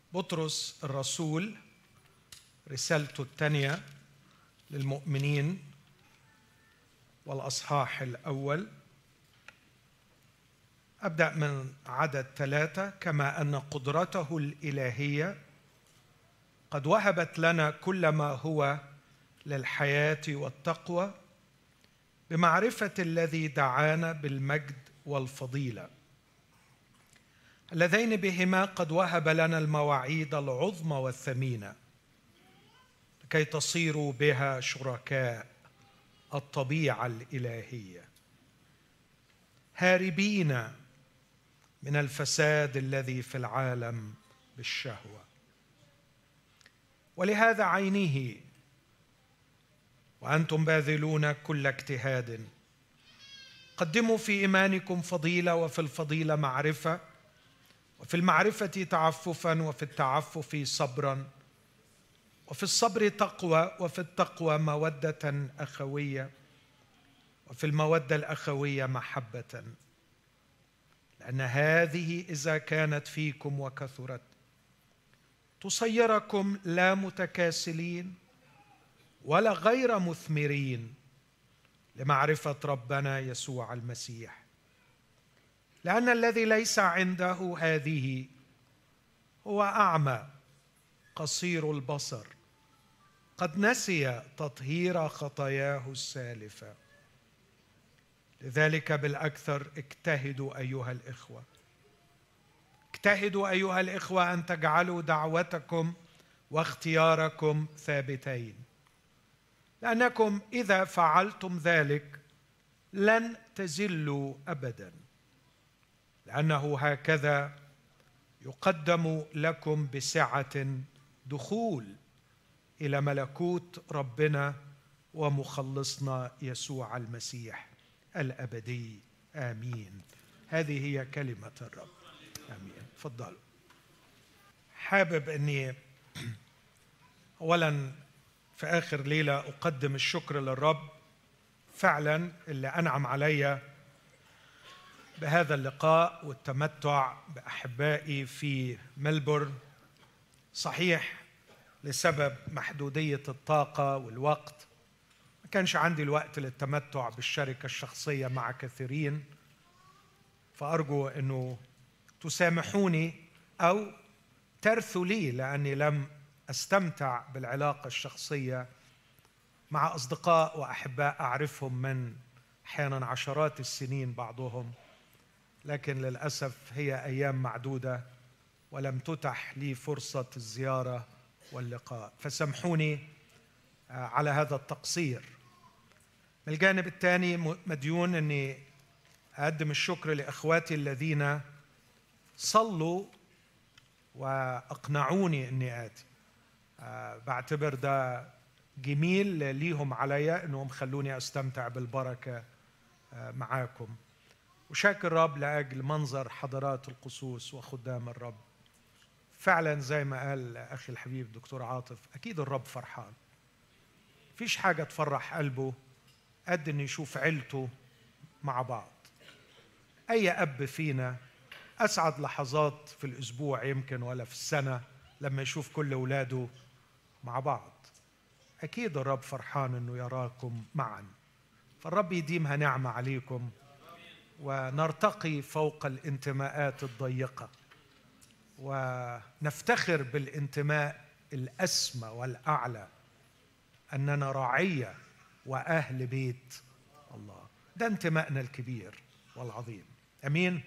بطرس الرسول رسالته الثانية للمؤمنين والأصحاح الأول. أبدأ من عدد 3. كما أن قدرته الإلهية قد وهبت لنا كل ما هو للحياة والتقوى بمعرفة الذي دعانا بالمجد والفضيلة، اللذين بهما قد وهب لنا المواعيد العظمى والثمينة، لكي تصيروا بها شركاء الطبيعة الإلهية، هاربين من الفساد الذي في العالم بالشهوة. ولهذا عينه وأنتم باذلون كل اجتهاد قدموا في إيمانكم فضيلة، وفي الفضيلة معرفة، وفي المعرفة تعففا، وفي التعفف صبرا، وفي الصبر تقوى، وفي التقوى مودة أخوية، وفي المودة الأخوية محبة، لأن هذه إذا كانت فيكم وكثرت تصيركم لا متكاسلين ولا غير مثمرين لمعرفة ربنا يسوع المسيح، لأن الذي ليس عنده هذه هو أعمى قصير البصر، قد نسي تطهير خطاياه السالفة. لذلك بالأكثر اجتهدوا أيها الإخوة، اجتهدوا أيها الإخوة أن تجعلوا دعوتكم واختياركم ثابتين، لأنكم إذا فعلتم ذلك لن تزلوا أبدا، لأنه هكذا يقدم لكم بسعة دخول إلى ملكوت ربنا ومخلصنا يسوع المسيح الأبدي. آمين. هذه هي كلمة الرب. آمين. تفضلوا. حابب أني أولا في آخر ليلة أقدم الشكر للرب فعلا اللي أنعم علي بهذا اللقاء والتمتع بأحبائي في ملبورن. صحيح لسبب محدودية الطاقة والوقت ما كانش عندي الوقت للتمتع بالشركة الشخصية مع كثيرين، فأرجو أنه تسامحوني أو ترثوا لي، لأني لم أستمتع بالعلاقة الشخصية مع أصدقاء وأحباء أعرفهم من أحيانا عشرات السنين بعضهم، لكن للأسف هي أيام معدودة ولم تتح لي فرصة الزيارة واللقاء، فسامحوني على هذا التقصير. من الجانب الثاني مديون أني أقدم الشكر لإخواتي الذين صلوا وأقنعوني أني آتي. بعتبر ده جميل ليهم عليا أنهم خلوني أستمتع بالبركة معاكم، وشاكر الرب لأجل منظر حضرات القسوس وخدام الرب. فعلا زي ما قال أخي الحبيب دكتور عاطف، أكيد الرب فرحان. فيش حاجة تفرح قلبه قد أن يشوف عيلته مع بعض. أي أب فينا أسعد لحظات في الأسبوع يمكن ولا في السنة لما يشوف كل أولاده مع بعض. أكيد الرب فرحان أنه يراكم معا، فالرب يديمها نعمة عليكم ونرتقي فوق الانتماءات الضيقة ونفتخر بالانتماء الأسمى والأعلى، أننا رعية وأهل بيت الله. ده انتمائنا الكبير والعظيم. أمين.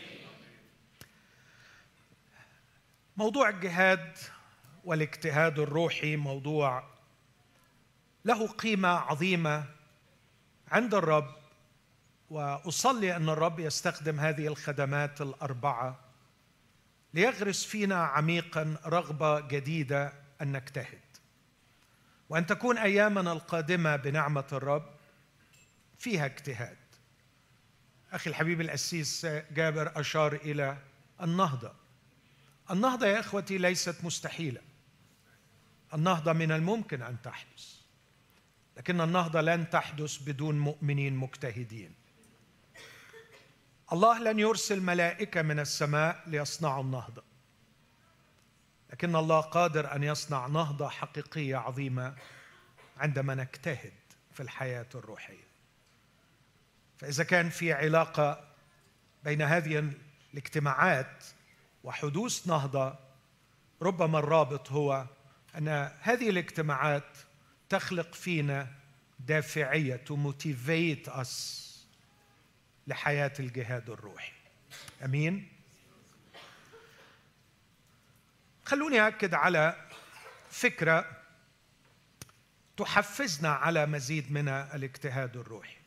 موضوع الجهاد والاجتهاد الروحي موضوع له قيمة عظيمة عند الرب، وأصلي أن الرب يستخدم هذه الخدمات الأربعة ليغرس فينا عميقا رغبة جديدة أن نجتهد، وأن تكون أيامنا القادمة بنعمة الرب فيها اجتهاد. أخي الحبيب القسيس جابر أشار إلى النهضة. النهضة يا إخوتي ليست مستحيلة، النهضة من الممكن أن تحدث، لكن النهضة لن تحدث بدون مؤمنين مجتهدين. الله لن يرسل ملائكة من السماء ليصنعوا النهضة، لكن الله قادر أن يصنع نهضة حقيقية عظيمة عندما نجتهد في الحياة الروحية. فإذا كان في علاقة بين هذه الاجتماعات وحدوث نهضة، ربما الرابط هو أن هذه الاجتماعات تخلق فينا دافعية to motivate us لحياة الجهاد الروحي. أمين؟ خلوني أكد على فكرة تحفزنا على مزيد من الاجتهاد الروحي.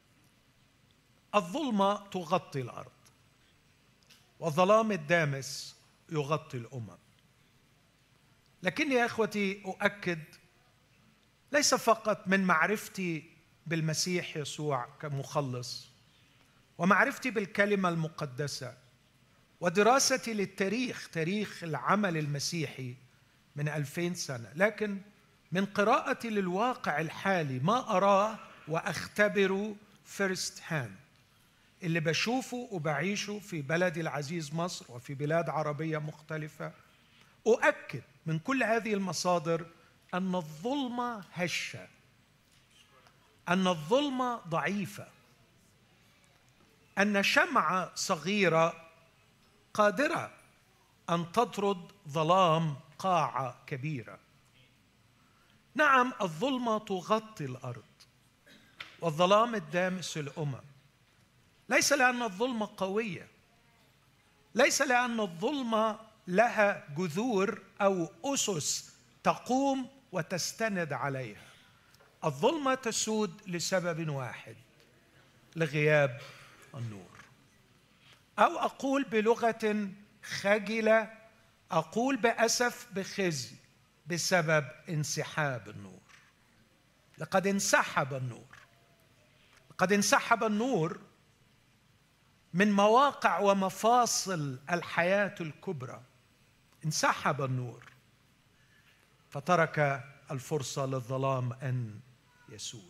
الظلمة تغطي الأرض، والظلام الدامس يغطي الأمم. لكني يا إخوتي أؤكد ليس فقط من معرفتي بالمسيح يسوع كمخلص ومعرفتي بالكلمة المقدسة ودراستي للتاريخ، تاريخ العمل المسيحي من 2000 سنة، لكن من قراءتي للواقع الحالي، ما أراه وأختبره فيرست هاند، اللي بشوفه وبعيشه في بلدي العزيز مصر وفي بلاد عربية مختلفة، أؤكد من كل هذه المصادر أن الظلمة هشة، أن الظلمة ضعيفة، أن شمعة صغيرة قادرة أن تطرد ظلام قاعة كبيرة. نعم، الظلمة تغطي الأرض والظلام الدامس الأمم، ليس لأن الظلمة قوية، ليس لأن الظلمة لها جذور أو أسس تقوم وتستند عليها. الظلمة تسود لسبب واحد: لغياب النور. أو أقول بلغة خجلة، أقول بأسف بخزي، بسبب انسحاب النور. لقد انسحب النور، لقد انسحب النور من مواقع ومفاصل الحياة الكبرى. انسحب النور فترك الفرصة للظلام أن يسود.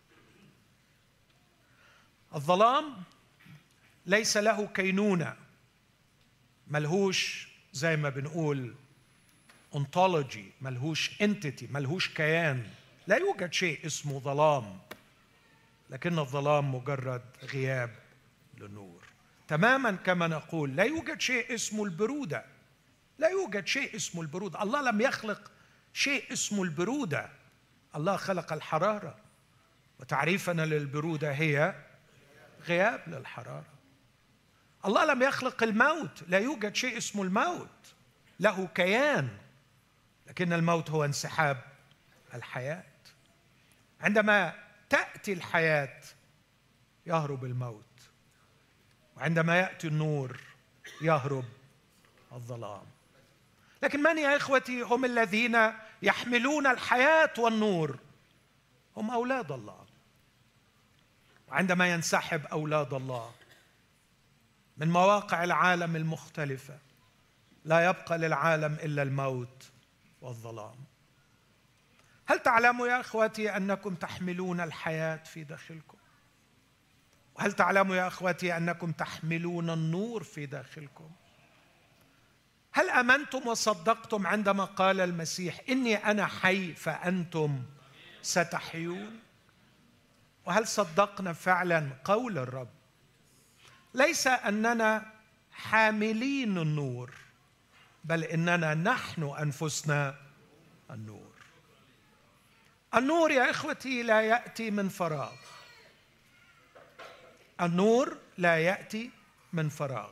الظلام ليس له كينونة، ملهوش زي ما بنقول ontology، ملهوش entity، ملهوش كيان. لا يوجد شيء اسمه ظلام، لكن الظلام مجرد غياب للنور. تماما كما نقول لا يوجد شيء اسمه البرودة، لا يوجد شيء اسمه البرودة. الله لم يخلق شيء اسمه البرودة، الله خلق الحرارة، وتعريفنا للبرودة هي غياب للحرارة. الله لم يخلق الموت، لا يوجد شيء اسمه الموت، له كيان، لكن الموت هو انسحاب الحياة. عندما تأتي الحياة يهرب الموت، وعندما يأتي النور يهرب الظلام. لكن من يا إخوتي هم الذين يحملون الحياة والنور؟ هم أولاد الله. وعندما ينسحب أولاد الله من مواقع العالم المختلفة، لا يبقى للعالم إلا الموت والظلام. هل تعلموا يا إخوتي أنكم تحملون الحياة في داخلكم؟ وهل تعلموا يا إخوتي أنكم تحملون النور في داخلكم؟ هل أمنتم وصدقتم عندما قال المسيح إني أنا حي فأنتم ستحيون؟ وهل صدقنا فعلا قول الرب؟ ليس أننا حاملين النور، بل إننا نحن أنفسنا النور. النور يا إخوتي لا يأتي من فراغ، النور لا يأتي من فراغ.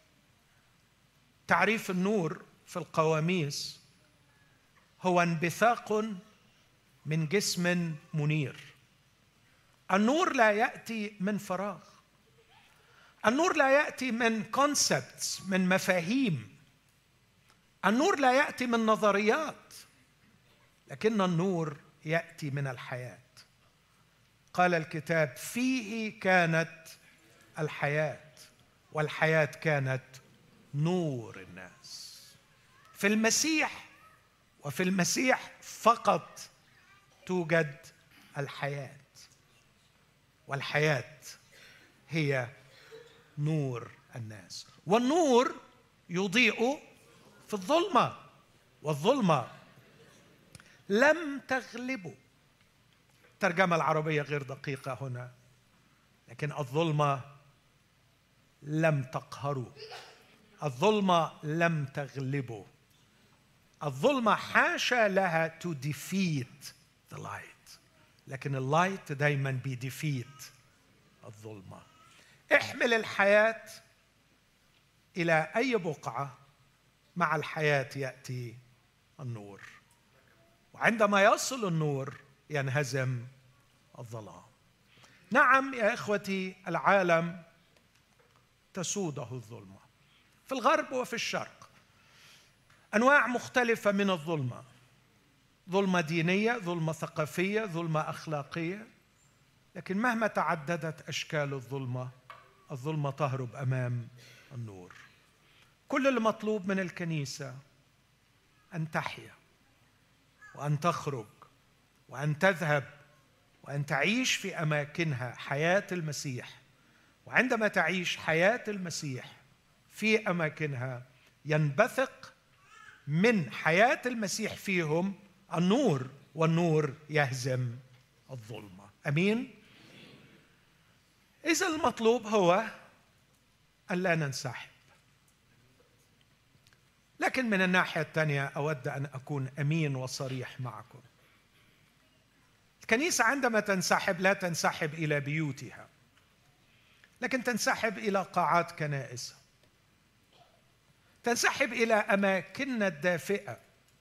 تعريف النور في القواميس هو انبثاق من جسم منير. النور لا يأتي من فراغ، النور لا يأتي من كونسبتس، من مفاهيم، النور لا يأتي من نظريات، لكن النور يأتي من الحياة. قال الكتاب فيه كانت الحياة والحياة كانت نور الناس. في المسيح وفي المسيح فقط توجد الحياة، والحياة هي نور الناس. والنور يضيء في الظلمة، والظلمة لم تغلبه. الترجمة العربية غير دقيقة هنا، لكن الظلمة لم تقهره، الظلمة لم تغلبه. الظلمة حاشا لها to defeat the light، لكن اللايت دايما بيديفيت الظلمة. احمل الحياة إلى أي بقعة، مع الحياة يأتي النور، وعندما يصل النور ينهزم الظلام. نعم يا إخوتي، العالم تسوده الظلمة في الغرب وفي الشرق، أنواع مختلفة من الظلمة، ظلمة دينية، ظلمة ثقافية، ظلمة أخلاقية. لكن مهما تعددت أشكال الظلمة، الظلمة تهرب أمام النور. كل المطلوب من الكنيسة أن تحيا وأن تخرج وأن تذهب وأن تعيش في أماكنها حياة المسيح. وعندما تعيش حياة المسيح في أماكنها، ينبثق من حياة المسيح فيهم النور، والنور يهزم الظلمة. أمين؟ إذا المطلوب هو أن لا ننسحب. لكن من الناحية الثانية أود أن أكون أمين وصريح معكم. الكنيسة عندما تنسحب لا تنسحب إلى بيوتها، لكن تنسحب إلى قاعات كنائسها، تنسحب إلى أماكننا الدافئة،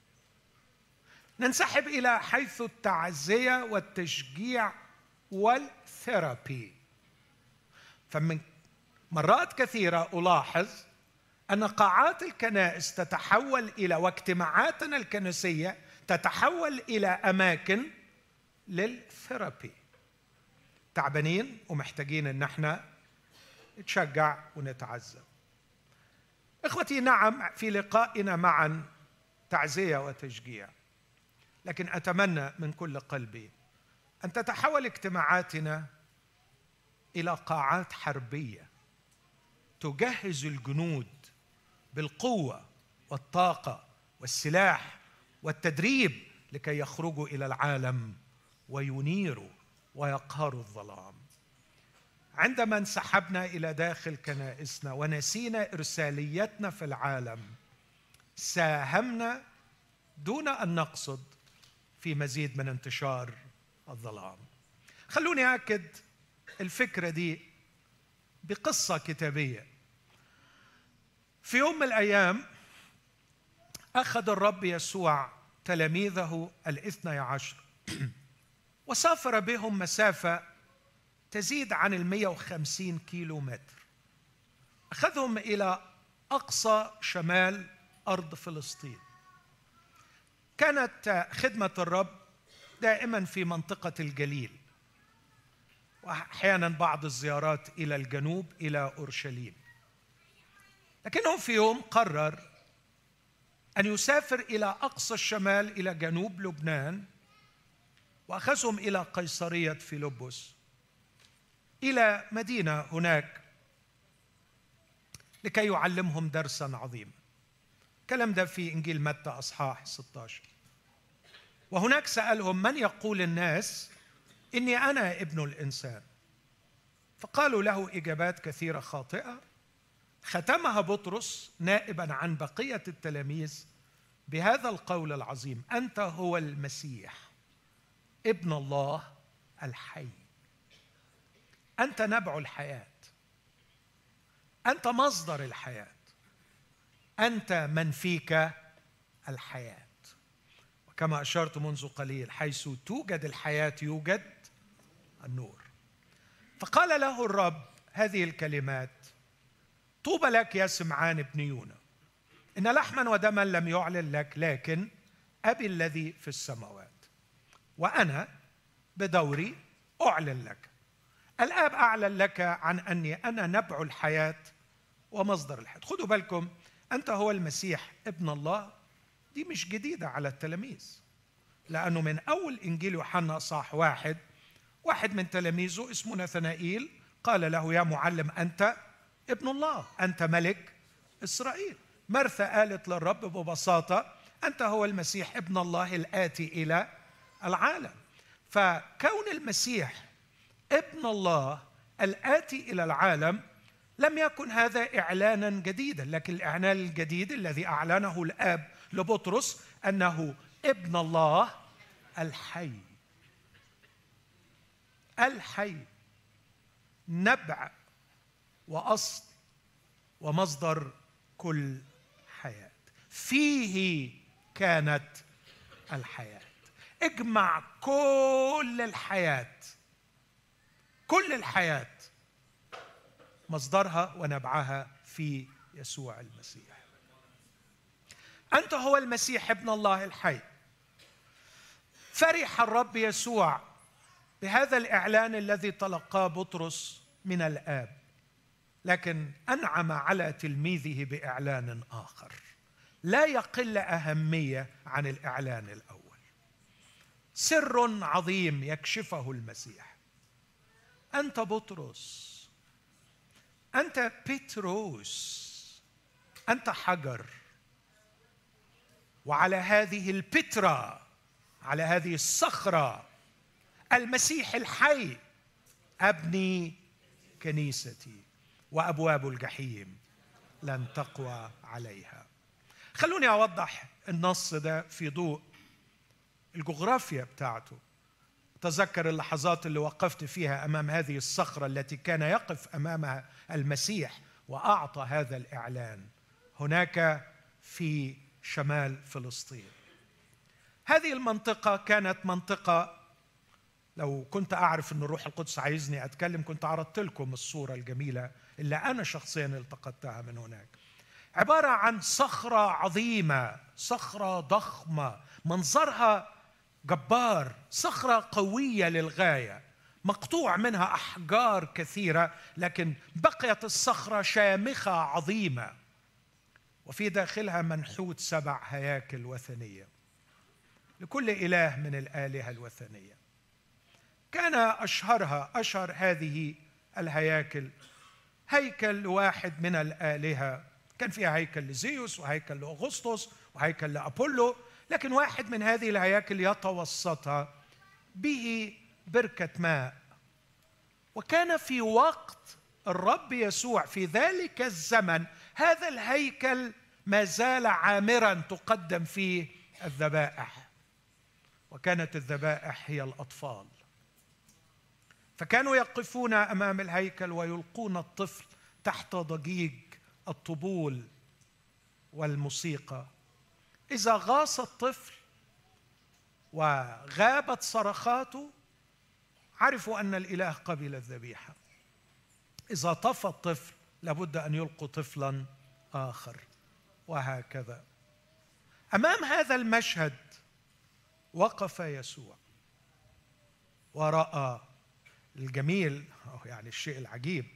ننسحب إلى حيث التعزية والتشجيع والثيرابي. فمن مرات كثيرة ألاحظ أن قاعات الكنائس تتحول إلى، واجتماعاتنا الكنسية تتحول إلى أماكن للثيرابي. تعبانين ومحتاجين أن احنا نتشجع ونتعزى. إخوتي، نعم في لقائنا معا تعزية وتشجيع، لكن أتمنى من كل قلبي أن تتحول اجتماعاتنا إلى قاعات حربية تجهز الجنود بالقوة والطاقة والسلاح والتدريب لكي يخرجوا إلى العالم وينيروا ويقهروا الظلام. عندما انسحبنا إلى داخل كنائسنا ونسينا إرساليتنا في العالم، ساهمنا دون أن نقصد في مزيد من انتشار الظلام. خلوني أكد الفكرة دي بقصة كتابية. في يوم من الأيام أخذ الرب يسوع تلاميذه 12 وسافر بهم مسافة تزيد عن 150 كيلو متر. أخذهم إلى أقصى شمال أرض فلسطين. كانت خدمة الرب دائما في منطقة الجليل، وأحيانا بعض الزيارات إلى الجنوب إلى أورشليم. لكنه في يوم قرر أن يسافر إلى أقصى الشمال إلى جنوب لبنان، وأخذهم إلى قيصرية فيلبس، إلى مدينة هناك لكي يعلمهم درسا عظيما. الكلام ده في إنجيل متى أصحاح 16. وهناك سألهم: من يقول الناس إني أنا ابن الإنسان؟ فقالوا له إجابات كثيرة خاطئة، ختمها بطرس نائبا عن بقية التلاميذ بهذا القول العظيم: أنت هو المسيح ابن الله الحي. أنت نبع الحياة، أنت مصدر الحياة، أنت من فيك الحياة. وكما أشرت منذ قليل، حيث توجد الحياة يوجد النور. فقال له الرب هذه الكلمات: طوبى لك يا سمعان ابن يونا، إن لحما ودما لم يعلن لك، لكن أبي الذي في السماوات. وأنا بدوري أعلن لك. الآب أعلن لك عن أني أنا نبع الحياة ومصدر الحياة. خدوا بالكم، أنت هو المسيح ابن الله دي مش جديدة على التلاميذ، لأنه من أول إنجيل يوحنا صح واحد من تلاميذه اسمه نثنائيل قال له: يا معلم أنت ابن الله، أنت ملك إسرائيل. مرثا قالت للرب ببساطة: أنت هو المسيح ابن الله الآتي إلى العالم. فكون المسيح ابن الله الآتي إلى العالم لم يكن هذا إعلانا جديدا، لكن الإعلان الجديد الذي أعلنه الآب لبطرس أنه ابن الله الحي. الحي نبع وأصل ومصدر كل حياة، فيه كانت الحياة. اجمع كل الحياة، كل الحياة مصدرها ونبعها في يسوع المسيح. أنت هو المسيح ابن الله الحي. فرح الرب يسوع بهذا الإعلان الذي تلقاه بطرس من الآب، لكن أنعم على تلميذه بإعلان آخر لا يقل أهمية عن الإعلان الأول. سر عظيم يكشفه المسيح. أنت بطرس، أنت بطرس، أنت حجر، وعلى هذه البترا، على هذه الصخرة المسيح الحي أبني كنيستي، وأبواب الجحيم لن تقوى عليها. خلوني أوضح النص ده في ضوء الجغرافيا بتاعته. تذكر اللحظات اللي وقفت فيها أمام هذه الصخرة التي كان يقف أمامها المسيح وأعطى هذا الإعلان هناك في شمال فلسطين. هذه المنطقة كانت منطقة، لو كنت أعرف أن الروح القدس عايزني أتكلم كنت عرضت لكم الصورة الجميلة اللي أنا شخصيا التقطتها من هناك. عبارة عن صخرة عظيمة، صخرة ضخمة، منظرها جبار، صخرة قوية للغاية، مقطوع منها أحجار كثيرة، لكن بقيت الصخرة شامخة عظيمة، وفي داخلها منحوت 7 هياكل وثنية لكل إله من الآلهة الوثنية. كان أشهر هذه الهياكل هيكل واحد من الآلهة، كان فيها هيكل لزيوس وهيكل لأغسطس وهيكل لأبولو، لكن واحد من هذه الهياكل يتوسطها به بركة ماء. وكان في وقت الرب يسوع في ذلك الزمن هذا الهيكل ما زال عامرا تقدم فيه الذبائح، وكانت الذبائح هي الأطفال. فكانوا يقفون أمام الهيكل ويلقون الطفل تحت ضجيج الطبول والموسيقى. إذا غاص الطفل وغابت صرخاته عرفوا أن الإله قبل الذبيحة. إذا طفى الطفل لابد أن يلقوا طفلا آخر، وهكذا. أمام هذا المشهد وقف يسوع ورأى الجميل، يعني الشيء العجيب،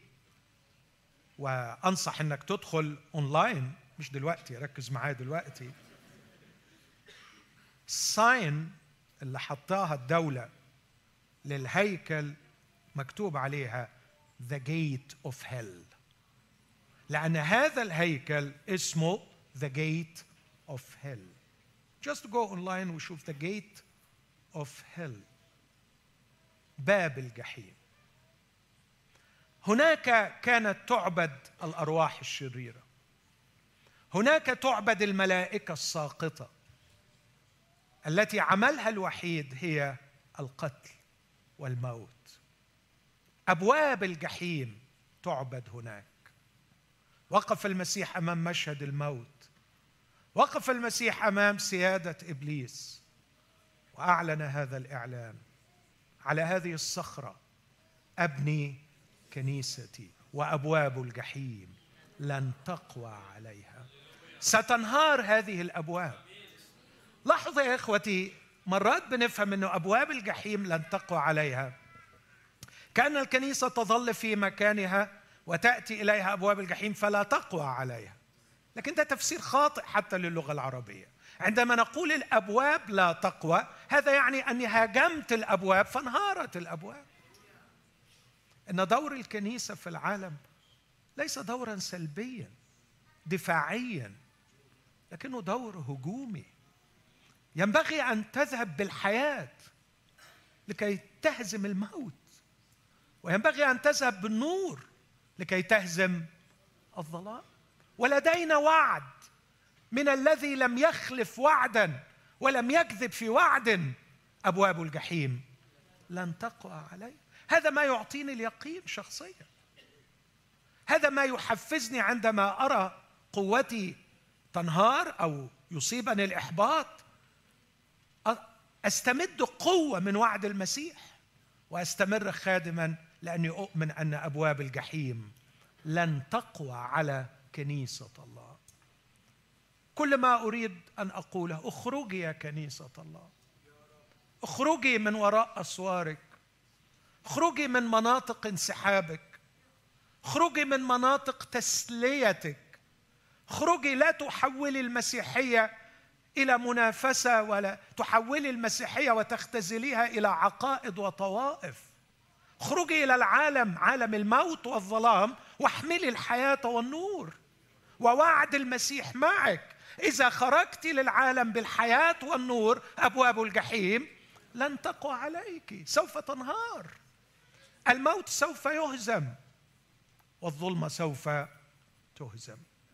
وأنصح أنك تدخل أونلاين، مش دلوقتي، ركز معايا دلوقتي. الساين اللي حطاها الدولة للهيكل مكتوب عليها The Gate of Hell، لأن هذا الهيكل اسمه The Gate of Hell. Just go online وشوف The Gate of Hell، باب الجحيم. هناك كانت تعبد الأرواح الشريرة، هناك تعبد الملائكة الساقطة التي عملها الوحيد هي القتل والموت. أبواب الجحيم تعبد هناك. وقف المسيح أمام مشهد الموت، وقف المسيح أمام سيادة إبليس، وأعلن هذا الإعلان: على هذه الصخرة أبني كنيستي، وأبواب الجحيم لن تقوى عليها. ستنهار هذه الأبواب. لاحظوا يا إخوتي، مرات بنفهم أنه أبواب الجحيم لن تقوى عليها كأن الكنيسة تظل في مكانها وتأتي إليها أبواب الجحيم فلا تقوى عليها، لكن ده تفسير خاطئ حتى للغة العربية. عندما نقول الأبواب لا تقوى، هذا يعني أني هاجمت الأبواب فانهارت الأبواب. إن دور الكنيسة في العالم ليس دورا سلبيا دفاعيا، لكنه دور هجومي. ينبغي أن تذهب بالحياة لكي تهزم الموت، وينبغي أن تذهب بالنور لكي تهزم الظلام. ولدينا وعد من الذي لم يخلف وعدا ولم يكذب في وعد، أبواب الجحيم لن تقوى عليه. هذا ما يعطيني اليقين شخصيا، هذا ما يحفزني عندما أرى قوتي تنهار أو يصيبني الإحباط، أستمد قوة من وعد المسيح وأستمر خادما، لأني أؤمن أن أبواب الجحيم لن تقوى على كنيسة الله. كل ما أريد أن أقوله: اخرجي يا كنيسة الله، اخرجي من وراء أسوارك، اخرجي من مناطق انسحابك، اخرجي من مناطق تسليتك، اخرجي. لا تحولي المسيحية إلى منافسة، ولا تحولي المسيحية وتختزليها إلى عقائد وطوائف. اخرجي إلى العالم، عالم الموت والظلام، واحملي الحياة والنور، ووعد المسيح معك. إذا خرجت للعالم بالحياة والنور، أبواب الجحيم لن تقوى عليك، سوف تنهار. الموت سوف يهزم والظلمة سوف تهزم.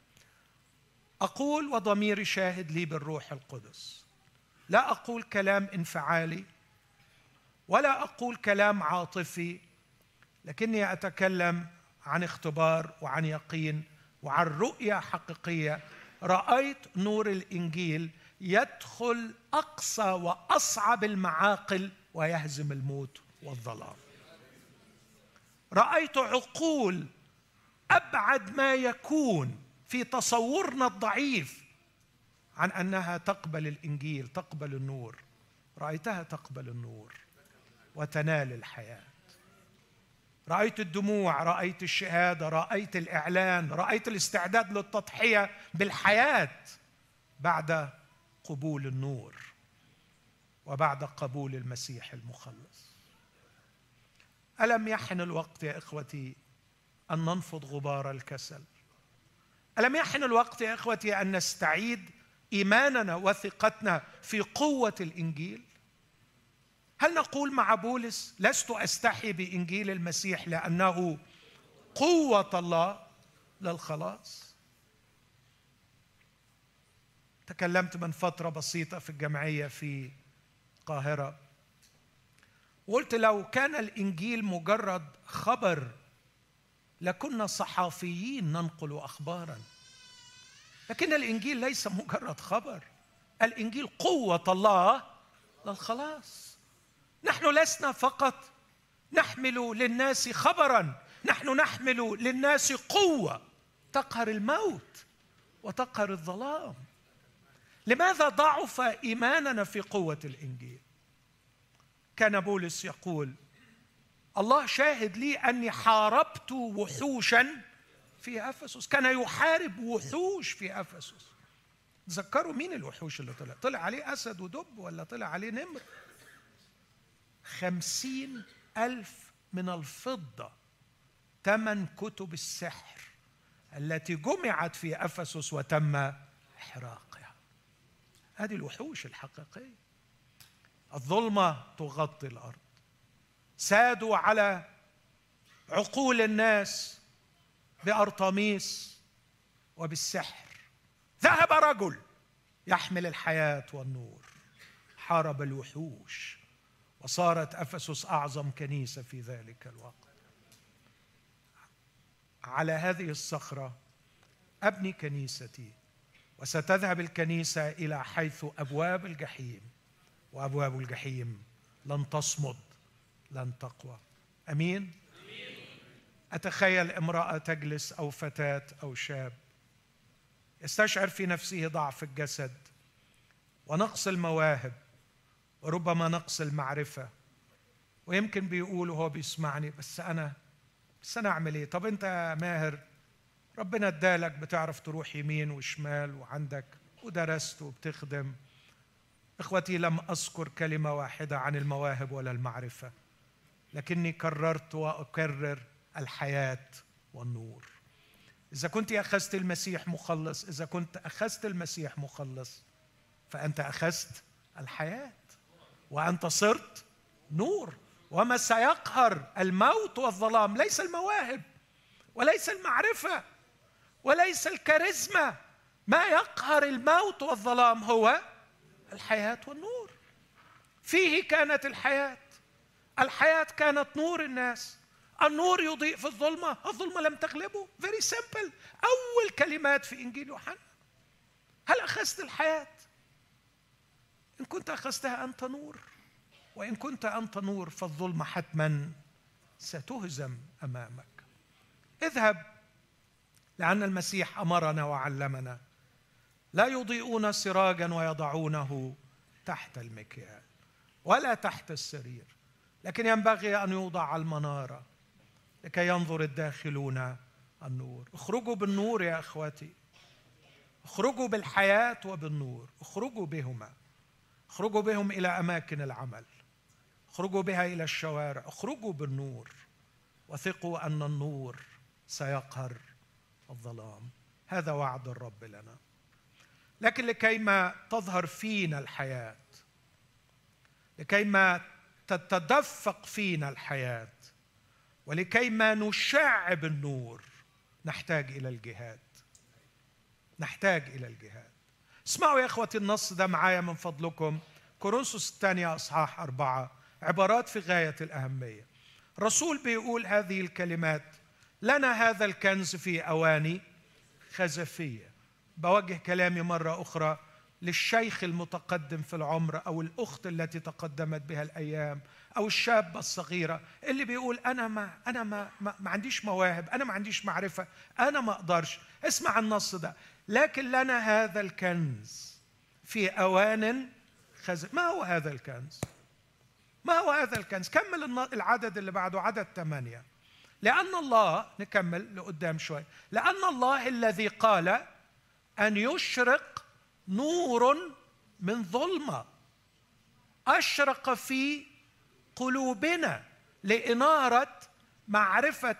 أقول وضميري شاهد لي بالروح القدس، لا أقول كلام انفعالي ولا أقول كلام عاطفي، لكني أتكلم عن اختبار وعن يقين وعن رؤية حقيقية. رأيت نور الإنجيل يدخل أقصى وأصعب المعاقل ويهزم الموت والظلام. رأيت عقول أبعد ما يكون في تصورنا الضعيف عن أنها تقبل الإنجيل، تقبل النور، رأيتها تقبل النور وتنال الحياة. رأيت الدموع، رأيت الشهادة، رأيت الإعلان، رأيت الاستعداد للتضحية بالحياة بعد قبول النور وبعد قبول المسيح المخلص. ألم يحن الوقت يا إخوتي أن ننفض غبار الكسل؟ ألم يحن الوقت يا إخوتي أن نستعيد إيماننا وثقتنا في قوة الإنجيل؟ هل نقول مع بولس: لست أستحي بإنجيل المسيح لأنه قوة الله للخلاص؟ تكلمت من فترة بسيطة في الجمعية في القاهرة، وقلت لو كان الإنجيل مجرد خبر لكنا صحافيين ننقل أخباراً، لكن الإنجيل ليس مجرد خبر، الإنجيل قوة الله للخلاص. نحن لسنا فقط نحمل للناس خبراً، نحن نحمل للناس قوة تقهر الموت وتقهر الظلام. لماذا ضعف إيماننا في قوة الإنجيل؟ كان بولس يقول: الله شاهد لي أني حاربت وحوشاً في أفسس. كان يحارب وحوش في أفسس. تذكروا مين الوحوش اللي طلع عليه أسد ودب ولا طلع عليه نمر؟ 50,000 من الفضة، 8 كتب السحر التي جمعت في أفسس وتم إحراقها. هذه الوحوش الحقيقية. الظلمة تغطي الأرض، سادوا على عقول الناس بأرطميس وبالسحر. ذهب رجل يحمل الحياة والنور، حارب الوحوش، وصارت أفسس أعظم كنيسة في ذلك الوقت. على هذه الصخرة أبني كنيستي، وستذهب الكنيسة إلى حيث أبواب الجحيم، وأبواب الجحيم لن تصمد، لن تقوى. أمين؟ أتخيل امرأة تجلس أو فتاة أو شاب يستشعر في نفسه ضعف الجسد ونقص المواهب وربما نقص المعرفة، ويمكن بيقول وهو بيسمعني: بس أنا أعمل إيه؟ طب أنت يا ماهر ربنا ادالك بتعرف تروح يمين وشمال وعندك ودرست وبتخدم. إخوتي، لم أذكر كلمة واحدة عن المواهب ولا المعرفة، لكني كررت وأكرر: الحياة والنور. إذا كنت أخذت المسيح مخلص، إذا كنت أخذت المسيح مخلص، فأنت أخذت الحياة، وأنت صرت نور. وما سيقهر الموت والظلام ليس المواهب وليس المعرفة وليس الكاريزما، ما يقهر الموت والظلام هو الحياة والنور. فيه كانت الحياة، الحياة كانت نور الناس، النور يضيء في الظلمة، الظلمة لم تغلبه. very simple. أول كلمات في إنجيل يوحنا. هل أخذت الحياة؟ إن كنت أخذتها أنت نور، وإن كنت أنت نور فالظلمة حتما ستهزم أمامك. اذهب، لأن المسيح أمرنا وعلمنا: لا يضيئون سراجا ويضعونه تحت المكيال ولا تحت السرير، لكن ينبغي أن يوضع على المنارة لكي ينظر الداخلون النور. اخرجوا بالنور يا أخواتي، اخرجوا بالحياة وبالنور، اخرجوا بهما، اخرجوا بهم إلى أماكن العمل، اخرجوا بها إلى الشوارع، اخرجوا بالنور، وثقوا أن النور سيقهر الظلام. هذا وعد الرب لنا. لكن لكيما تظهر فينا الحياة، لكيما تتدفق فينا الحياة، ولكيما نشع بالنور، نحتاج إلى الجهاد. نحتاج إلى الجهاد. اسمعوا يا إخوتي النص ده معايا من فضلكم، كورنثوس الثانية أصحاح 4، عبارات في غاية الأهمية. الرسول بيقول هذه الكلمات: لنا هذا الكنز في أواني خزفية. بوجه كلامي مرة أخرى للشيخ المتقدم في العمر، أو الأخت التي تقدمت بها الأيام، أو الشابة الصغيرة اللي بيقول أنا ما عنديش مواهب، أنا ما عنديش معرفة، أنا ما أقدرش. اسمع النص ده: لكن لنا هذا الكنز في أوان خزف. ما هو هذا الكنز؟ ما هو هذا الكنز؟ كمل العدد اللي بعده، عدد 8. لأن الله، نكمل لقدام شوي، لأن الله الذي قال أن يشرق نور من ظلمة أشرق في قلوبنا لإنارة معرفة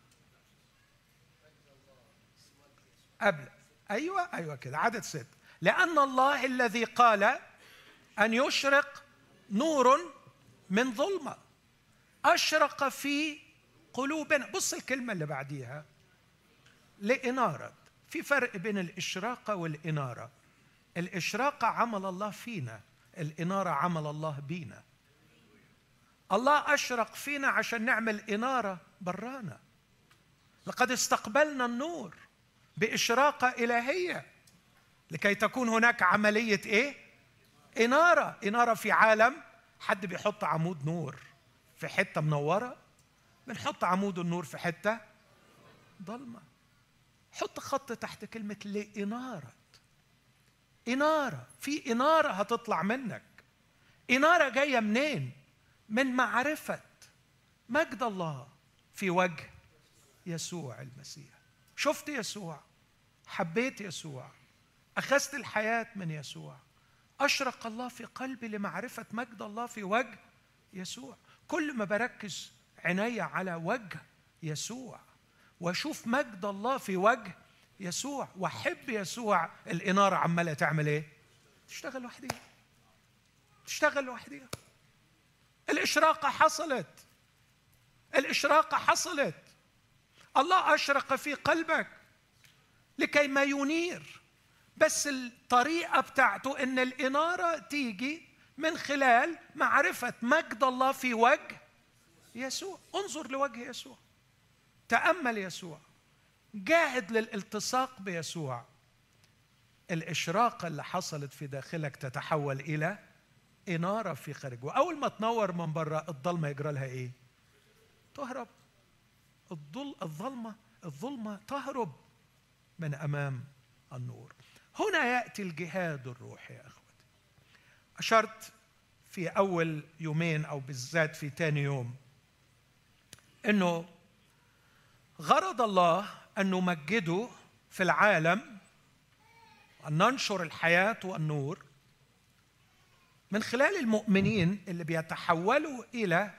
قبل. أيوة كده، عدد 6. لأن الله الذي قال أن يشرق نور من ظلمة أشرق في قلوبنا. بص الكلمة اللي بعديها: لإنارة. في فرق بين الإشراقة والإنارة. الإشراقة عمل الله فينا، الإنارة عمل الله بينا. الله أشرق فينا عشان نعمل إنارة برانا. لقد استقبلنا النور بإشراقة إلهية لكي تكون هناك عملية إيه؟ إنارة. إنارة في عالم، حد بيحط عمود نور في حتة منورة، بنحط عمود النور في حتة ضلمة. حط خط تحت كلمة لإنارة. إنارة، في إنارة هتطلع منك. إنارة جاية منين؟ من معرفة مجد الله في وجه يسوع المسيح. شفت يسوع، حبيت يسوع، أخذت الحياة من يسوع، أشرق الله في قلبي لمعرفة مجد الله في وجه يسوع. كل ما بركز عيني على وجه يسوع وأشوف مجد الله في وجه يسوع وأحب يسوع، الإنارة عمالة تعمل إيه؟ تشتغل لوحديها، تشتغل لوحديها. الإشراقة حصلت، الإشراقة حصلت. الله أشرق في قلبك لكي ما ينير، بس الطريقة بتاعته إن الإنارة تيجي من خلال معرفة مجد الله في وجه يسوع. انظر لوجه يسوع، تأمل يسوع، جاهد للالتصاق بيسوع. الإشراقة اللي حصلت في داخلك تتحول إلى إنارة في خارج، وأول ما تنور من بره الظلمة يجرى لها إيه؟ تهرب. الظلمة تهرب من أمام النور. هنا يأتي الجهاد الروحي يا أخوتي. أشرت في أول يومين أو بالذات في تاني يوم إنه غرض الله أن نمجده في العالم، أن ننشر الحياة والنور من خلال المؤمنين اللي بيتحولوا إلى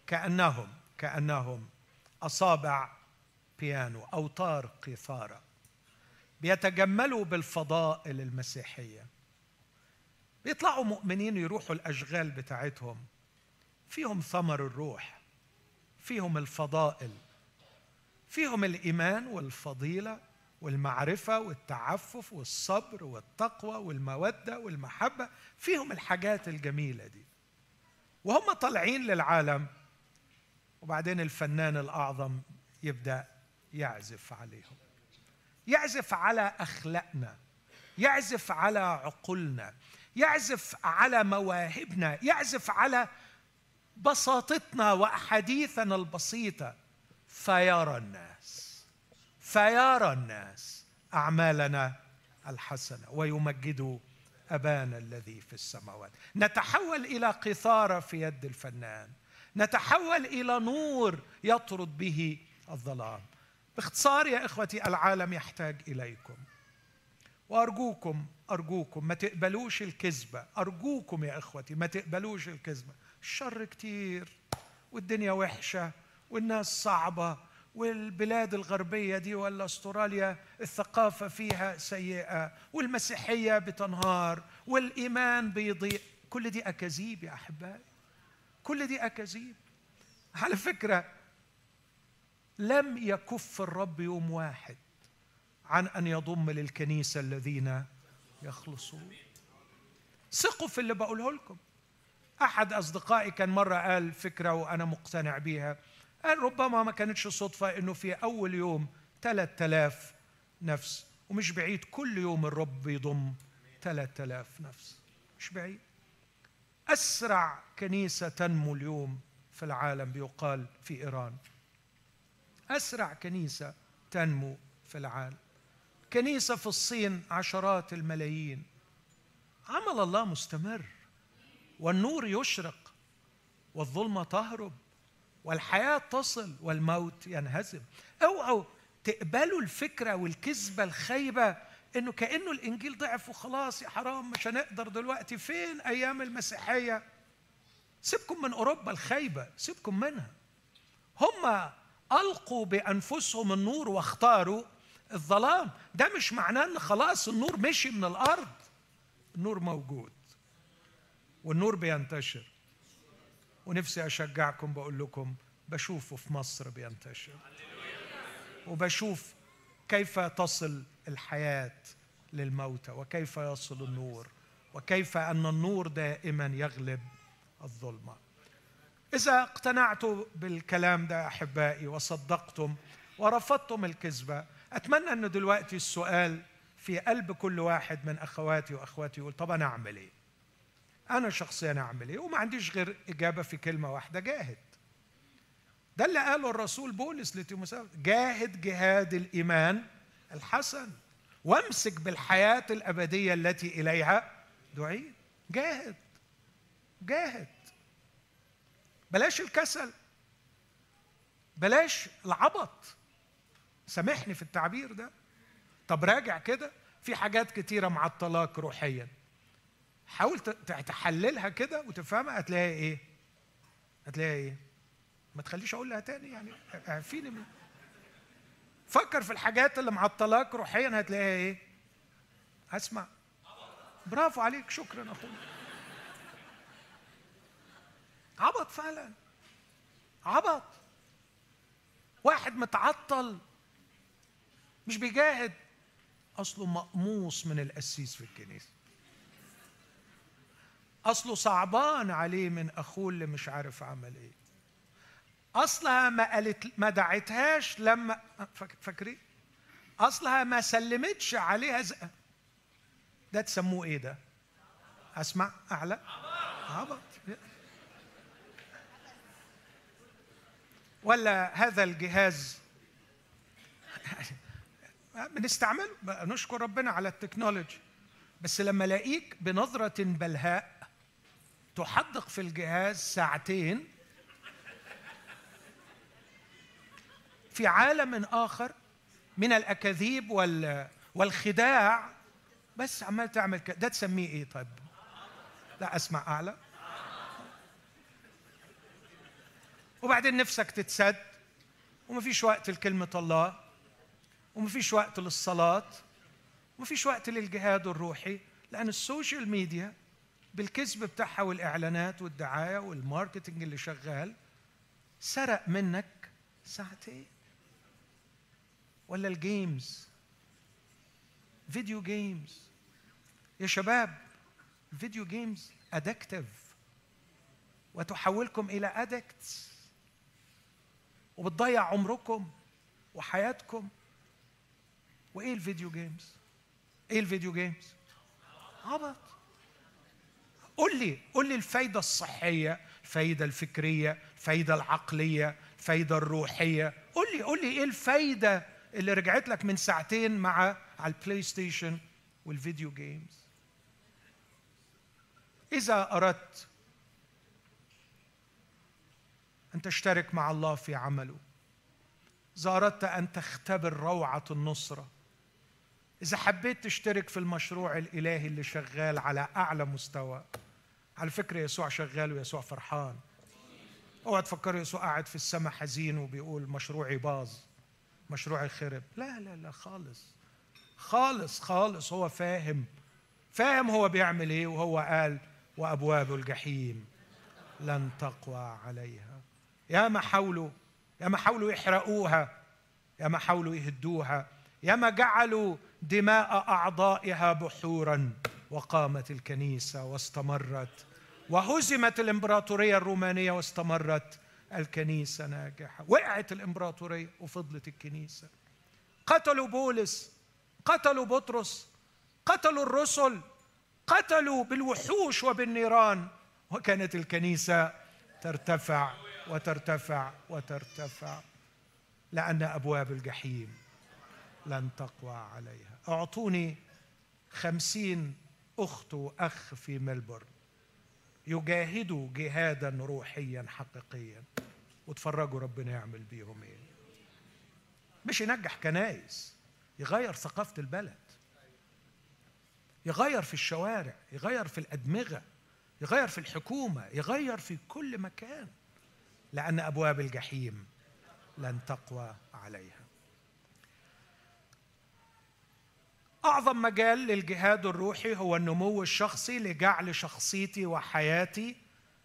كأنهم أصابع بيانو، أوتار قيثارة، بيتجملوا بالفضائل المسيحية، بيطلعوا مؤمنين يروحوا الأشغال بتاعتهم فيهم ثمر الروح، فيهم الفضائل، فيهم الإيمان والفضيلة والمعرفة والتعفف والصبر والتقوى والمودة والمحبة، فيهم الحاجات الجميلة دي. وهم طالعين للعالم، وبعدين الفنان الأعظم يبدأ يعزف عليهم، يعزف على أخلاقنا، يعزف على عقولنا، يعزف على مواهبنا، يعزف على بساطتنا وأحاديثنا البسيطة، فيرى الناس أعمالنا الحسنة ويمجدوا أبانا الذي في السماوات. نتحول إلى قيثارة في يد الفنان، نتحول إلى نور يطرد به الظلام. باختصار يا إخوتي، العالم يحتاج إليكم، وأرجوكم ما تقبلوش الكذبة. أرجوكم يا إخوتي ما تقبلوش الكذبة. الشر كتير، والدنيا وحشة، والناس صعبة، والبلاد الغربية دي ولا استراليا الثقافة فيها سيئة، والمسيحية بتنهار، والإيمان بيضيع. كل دي أكاذيب يا أحبائي، كل دي أكاذيب. على فكرة لم يكف الرب يوم واحد عن أن يضم للكنيسة الذين يخلصون. ثقوا في اللي بقوله لكم. أحد أصدقائي كان مرة قال فكرة وأنا مقتنع بيها، قال ربما ما كانتش صدفة إنه في أول يوم 3000 نفس، ومش بعيد كل يوم الرب بيضم 3000 نفس، مش بعيد. أسرع كنيسة تنمو اليوم في العالم بيقال في إيران، أسرع كنيسة تنمو في العالم. كنيسة في الصين عشرات الملايين. عمل الله مستمر، والنور يشرق والظلمة تهرب والحياة تصل والموت ينهزم. اوعوا تقبلوا الفكرة والكذبة الخيبة إنه كأنه الإنجيل ضعف وخلاص، يا حرام مش هنقدر دلوقتي. فين أيام المسيحية؟ سيبكم من أوروبا الخيبة، سيبكم منها. هم ألقوا بأنفسهم النور واختاروا الظلام. ده مش معناه إن خلاص النور مشي من الأرض. النور موجود والنور بينتشر، ونفسي أشجعكم بقول لكم بشوفه في مصر بينتشر، وبشوف كيف تصل الحياة للموتى، وكيف يصل النور، وكيف أن النور دائما يغلب الظلمة. إذا اقتنعتوا بالكلام ده أحبائي وصدقتم ورفضتم الكذبة، أتمنى أن دلوقتي السؤال في قلب كل واحد من أخواتي وأخواتي يقول طب أنا أعمل إيه؟ أنا شخصيا أعمل إيه؟ وما عنديش غير إجابة في كلمة واحدة: جاهد. ده اللي قاله الرسول بولس لتيموثاوس: جاهد جهاد الإيمان الحسن وامسك بالحياة الأبدية التي إليها دعيت. جاهد، جاهد. بلاش الكسل، بلاش العبط، سامحني في التعبير ده. طب راجع كده، في حاجات كتيرة معطلاك روحيا، حاول تحللها كده وتفهمها. هتلاقيها ايه؟ هتلاقيها ايه؟ ما تخليش اقولها تاني، يعني اعفيني من. فكر في الحاجات اللي معطلاك روحيا، هتلاقيها ايه؟ اسمع. برافو عليك، شكرا اخويا. عبط فعلا، عبط. واحد متعطل مش بيجاهد، اصله مقموص من القسيس في الكنيسه، اصله صعبان عليه من اخوه اللي مش عارف عمل ايه، اصلها ما دعتهاش لما فاكرين، اصلها ما سلمتش عليها ده تسموه ايه ده؟ اسمع اعلى. عبط. ولا هذا الجهاز بنستعمله، نشكر ربنا على التكنولوجي، بس لما الاقيك بنظرة بلهاء تحدق في الجهاز ساعتين في عالم آخر من الأكاذيب والخداع، بس عمال تعمل كده، ده تسميه ايه طيب؟ لا اسمع اعلى. وبعدين نفسك تتسد، ومفيش وقت لكلمة الله، ومفيش وقت للصلاة، ومفيش وقت للجهاد الروحي، لأن السوشيال ميديا بالكذب بتاعها والإعلانات والدعاية والماركتينج اللي شغال سرق منك ساعتين. ولا الجيمز، فيديو جيمز يا شباب، فيديو جيمز أدكتيف وتحولكم إلى أدكتس وبتضيع عمركم وحياتكم. وإيه الفيديو جيمز؟ إيه الفيديو جيمز؟ عبط. قل لي الفايدة الصحية، الفايدة الفكرية، الفايدة العقلية، الفايدة الروحية. قل لي إيه الفايدة اللي رجعت لك من ساعتين على البلاي ستيشن والفيديو جيمز؟ إذا أردت أن تشترك مع الله في عمله، إذا أردت أن تختبر روعة النصرة، إذا حبيت تشترك في المشروع الإلهي اللي شغال على أعلى مستوى. على فكرة يسوع شغال ويسوع فرحان. اوعى تفكر يسوع قاعد في السماء حزين وبيقول مشروعي باظ، مشروعي خرب. لا لا لا خالص خالص خالص. هو فاهم هو بيعمل ايه، وهو قال وأبواب الجحيم لن تقوى عليها. يا ما حاولوا يحرقوها، يا ما حاولوا يهدوها، يا ما جعلوا دماء أعضائها بحورا، وقامت الكنيسة واستمرت، وهزمت الإمبراطورية الرومانية واستمرت الكنيسة ناجحة. وقعت الإمبراطورية وفضلت الكنيسة. قتلوا بولس، قتلوا بطرس، قتلوا الرسل، قتلوا بالوحوش وبالنيران، وكانت الكنيسة ترتفع وترتفع وترتفع، لأن أبواب الجحيم لن تقوى عليها. أعطوني 50 أخت وأخ في ملبورن يجاهدوا جهادا روحيا حقيقيا، وتفرجوا ربنا يعمل بيهم ايه. مش ينجح كنايس، يغير ثقافة البلد، يغير في الشوارع، يغير في الأدمغة، يغير في الحكومة، يغير في كل مكان، لأن أبواب الجحيم لن تقوى عليها. أعظم مجال للجهاد الروحي هو النمو الشخصي، لجعل شخصيتي وحياتي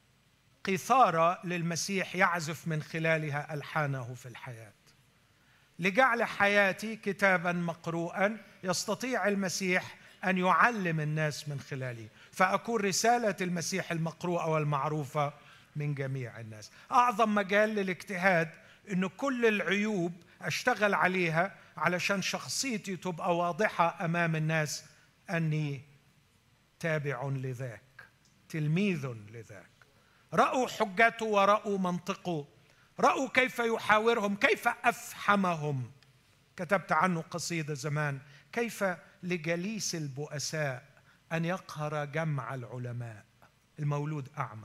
قيثارة للمسيح يعزف من خلالها ألحانه في الحياة، لجعل حياتي كتابا مقروءا يستطيع المسيح أن يعلم الناس من خلاله، فأكون رسالة المسيح المقروءة والمعروفة من جميع الناس. أعظم مجال للاجتهاد إنه كل العيوب أشتغل عليها علشان شخصيتي تبقى واضحة أمام الناس، أني تابع لذاك، تلميذ لذاك. رأوا حجته ورأوا منطقه، رأوا كيف يحاورهم، كيف أفحمهم. كتبت عنه قصيدة زمان: كيف لجليس البؤساء أن يقهر جمع العلماء. المولود أعمى،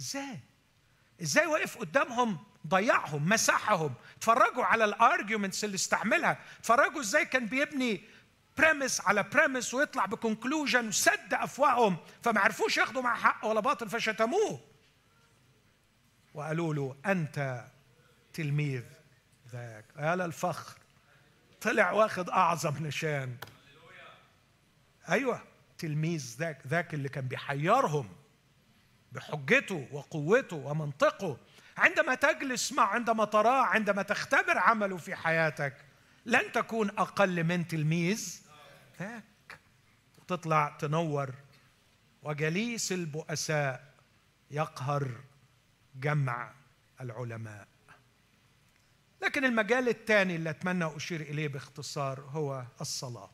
إزاي وقف قدامهم، ضيعهم، مسحهم. تفرجوا على الارجيومنتس اللي استعملها، تفرجوا ازاي كان بيبني بريمس على بريمس ويطلع بكونكلوجن وسد افواههم، فما عرفوش ياخدوا مع حق ولا باطل فشتموه وقالوا له أنت تلميذ ذاك. يا للفخر، طلع واخد أعظم نشان. أيوة، تلميذ ذاك اللي كان بيحيرهم بحجته وقوته ومنطقه. عندما تجلس معه، عندما تراه، عندما تختبر عمله في حياتك، لن تكون أقل من تلميذ ذاك، وتطلع تنور. وجليس البؤساء يقهر جمع العلماء. لكن المجال الثاني اللي أتمنى أشير إليه باختصار هو الصلاة.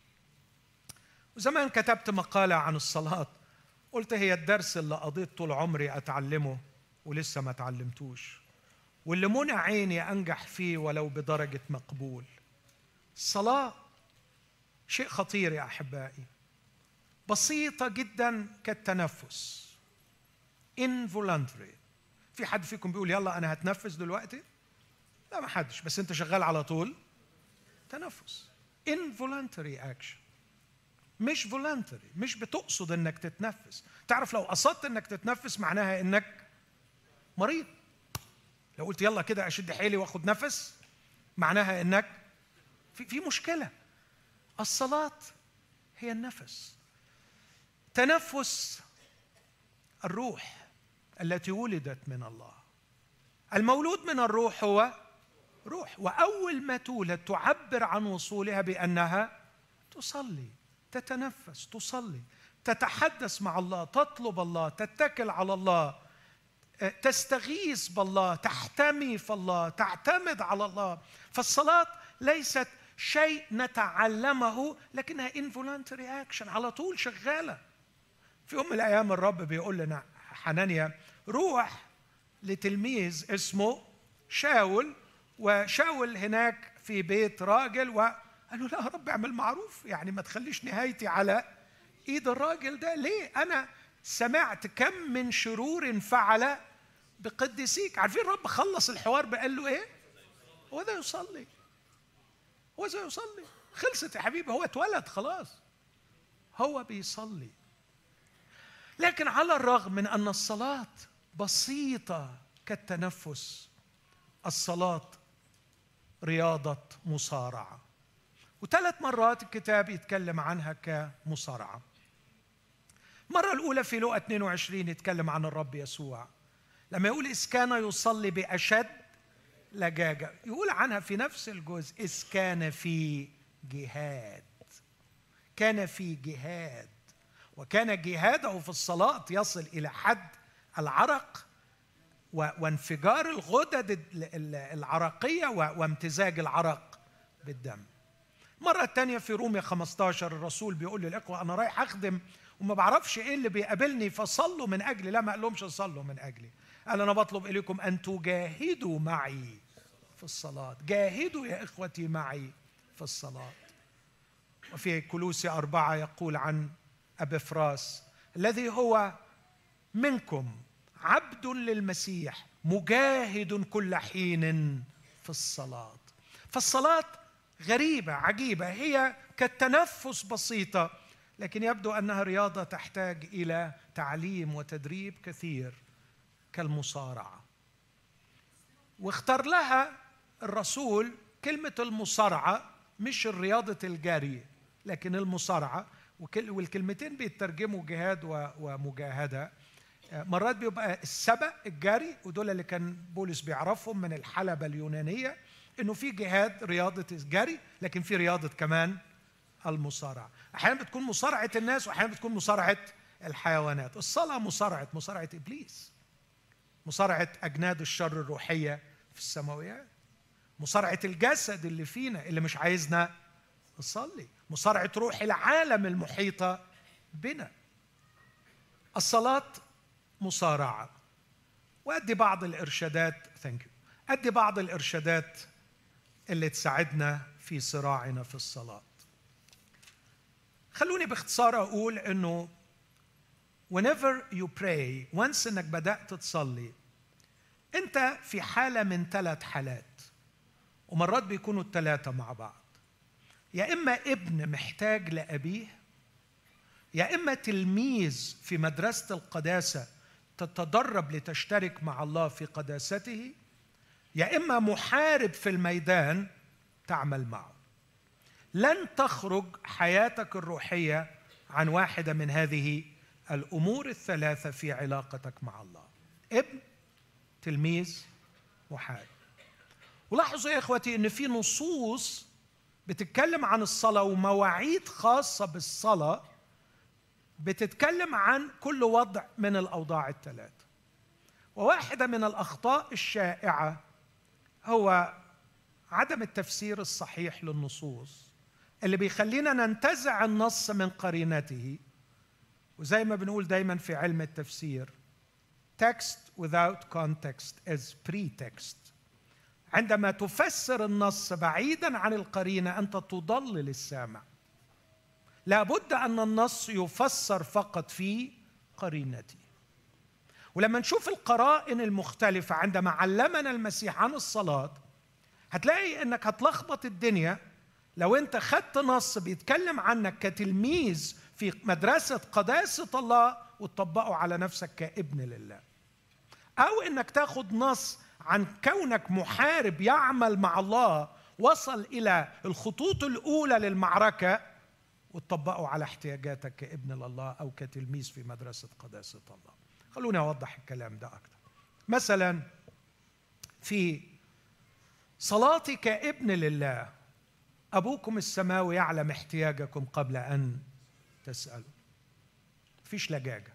وزمان كتبت مقالة عن الصلاة، قلت هي الدرس اللي قضيت طول عمري أتعلمه ولسه ما تعلمتوش، واللي منع عيني أنجح فيه ولو بدرجة مقبول. الصلاة شيء خطير يا أحبائي، بسيطة جدا كالتنفس، involuntary. في حد فيكم بيقول يلا أنا هتنفس دلوقتي؟ لا، ما حدش، بس أنت شغال على طول تنفس. involuntary action، مش voluntary، مش بتقصد أنك تتنفس. تعرف لو قصدت أنك تتنفس معناها أنك مريض. لو قلت يلا كده أشد حيلي وأخد نفس، معناها أنك في مشكلة. الصلاة هي النفس. تنفس الروح التي ولدت من الله. المولود من الروح هو روح، وأول ما تولد تعبر عن وصولها بأنها تصلي، تتنفس، تصلي، تتحدث مع الله، تطلب الله، تتكل على الله، تستغيث بالله، تحتمي في الله، تعتمد على الله. فالصلاة ليست شيء نتعلمه، لكنها involuntary action، على طول شغالة. في يوم من الأيام الرب بيقول لنا حنانيا روح لتلميذ اسمه شاول، وشاول هناك في بيت راجل، وقال له لا يا رب اعمل معروف، يعني ما تخليش نهايتي على ايد الراجل ده. ليه؟ انا سمعت كم من شرور فعل بقدسيك. عارفين الرب خلص الحوار بقال له ايه؟ هو ده يصلي، هو ده يصلي. خلصت يا حبيبي، هو اتولد خلاص، هو بيصلي. لكن على الرغم من أن الصلاة بسيطة كالتنفس، الصلاة رياضة مصارعة، وثلاث مرات الكتاب يتكلم عنها كمصارعة. المرة الأولى في لوقا 22 يتكلم عن الرب يسوع لما يقول إذ كان يصلي بأشد لجاجة، يقول عنها في نفس الجزء إذ كان في جهاد. كان في جهاد، وكان جهاده في الصلاة يصل إلى حد العرق وانفجار الغدد العرقية وامتزاج العرق بالدم. مرة تانية في رومية 15 الرسول بيقول للإخوة أنا رايح أخدم وما بعرفش إيه اللي بيقابلني، فصلوا من أجلي. لا، ما قالهمش صلوا من أجلي، قال أنا بطلب إليكم أن تجاهدوا معي في الصلاة. جاهدوا يا إخوتي معي في الصلاة. وفي كولوسي 4 يقول عن أبفراس الذي هو منكم عبد للمسيح مجاهد كل حين في الصلاة. فالصلاة غريبة عجيبة، هي كالتنفس بسيطة، لكن يبدو أنها رياضة تحتاج إلى تعليم وتدريب كثير كالمصارعة. واختار لها الرسول كلمة المصارعة، مش الرياضة الجري لكن المصارعة، والكلمتين بيترجموا جهاد ومجاهدة. مرات بيبقى السبق الجري، ودول اللي كان بولس بيعرفهم من الحلبة اليونانية انه في جهاد رياضة الجري، لكن في رياضة كمان المصارعة. احيانا بتكون مصارعة الناس واحيانا بتكون مصارعة الحيوانات. الصلاة مصارعة إبليس، مصارعة أجناد الشر الروحية في السماويات، مصارعة الجسد اللي فينا اللي مش عايزنا نصلي، مصارعة روح العالم المحيطة بنا. الصلاة مصارعة. وأدي بعض الإرشادات أدي بعض الإرشادات اللي تساعدنا في صراعنا في الصلاة. خلوني باختصار أقول إنه whenever you pray، once إنك بدأت تصلي، أنت في حالة من ثلاث حالات، ومرات بيكونوا الثلاثة مع بعض. يا إما ابن محتاج لأبيه، يا إما تلميذ في مدرسة القداسة تتدرب لتشترك مع الله في قداسته، يا إما محارب في الميدان تعمل معه. لن تخرج حياتك الروحية عن واحدة من هذه الأمور الثلاثة في علاقتك مع الله: ابن، تلميذ، محارب. ولاحظوا يا إخوتي إن في نصوص بتتكلم عن الصلاة ومواعيد خاصة بالصلاة بتتكلم عن كل وضع من الأوضاع الثلاثة. وواحدة من الأخطاء الشائعة هو عدم التفسير الصحيح للنصوص اللي بيخلينا ننتزع النص من قرينته. وزي ما بنقول دايما في علم التفسير text without context is pretext. عندما تفسر النص بعيدا عن القرينة أنت تضلل السامع. لابد أن النص يفسر فقط في قرينته. ولما نشوف القرائن المختلفة عندما علمنا المسيح عن الصلاة هتلاقي أنك هتلخبط الدنيا لو أنت خدت نص بيتكلم عنك كتلميذ في مدرسة قداسة الله وتطبقه على نفسك كابن لله، أو أنك تاخد نص عن كونك محارب يعمل مع الله وصل إلى الخطوط الأولى للمعركة وتطبقه على احتياجاتك كابن لله أو كتلميذ في مدرسة قداسة الله. خلوني أوضح الكلام ده أكتر. مثلا في صلاتي كابن لله، أبوكم السماوي يعلم احتياجكم قبل أن تسألوا. مفيش لجاجة.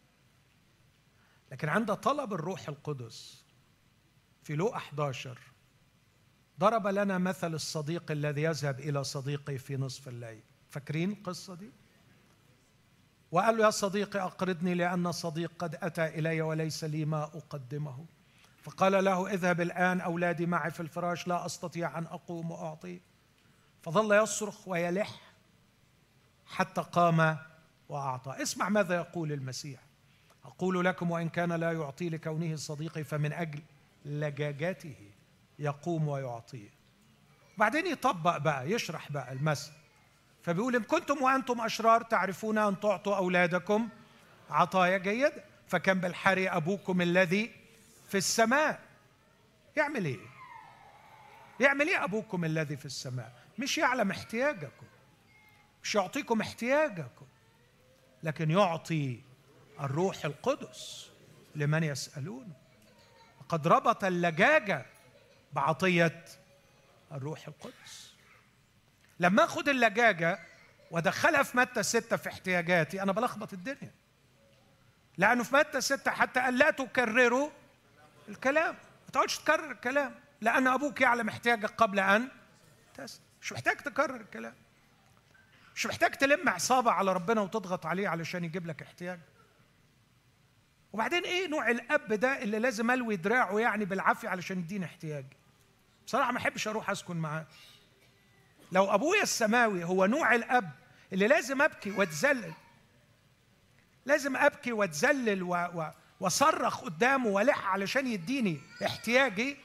لكن عند طلب الروح القدس في لوقا 11 ضرب لنا مثل الصديق الذي يذهب إلى صديقه في نصف الليل. فاكرين القصة دي؟ وقال له: يا صديقي أقرضني لأن صديق قد أتى إلي وليس لي ما أقدمه. فقال له: اذهب الآن، أولادي معي في الفراش، لا أستطيع أن أقوم وأعطيه. فظل يصرخ ويلح حتى قام وأعطى. اسمع ماذا يقول المسيح: أقول لكم وإن كان لا يعطي لكونه صديقي فمن أجل لجاجته يقوم ويعطيه. بعدين يطبق بقى، يشرح بقى المثل، فبيقول: إن كنتم وأنتم أشرار تعرفون أن تعطوا أولادكم عطايا جيدة، فكم بالحري أبوكم الذي في السماء. يعمل إيه؟ يعمل إيه أبوكم الذي في السماء؟ مش يعلم احتياجكم، مش يعطيكم احتياجكم، لكن يعطي الروح القدس لمن يسألونه. وقد ربط اللجاجة بعطية الروح القدس. لما أخذ اللجاجة وأدخلها في متى 6 في احتياجاتي، أنا بلخبط الدنيا. لأنه في متى 6 حتى قال: لا تكرروا الكلام، ما تقعدش تكرر الكلام، لأن أبوك يعلم احتياجك قبل أن تسأل. مش محتاج تكرر الكلام، مش محتاج تلم عصابة على ربنا وتضغط عليه علشان يجيب لك احتياج. وبعدين إيه نوع الأب ده اللي لازم ألوي دراعه يعني بالعافية علشان يديني احتياج؟ بصراحة ما أحبش أروح أسكن معاه. لو أبويا السماوي هو نوع الأب اللي لازم أبكي وأتذلل، لازم أبكي وأتذلل وأصرخ قدامه وألح علشان يديني احتياجي،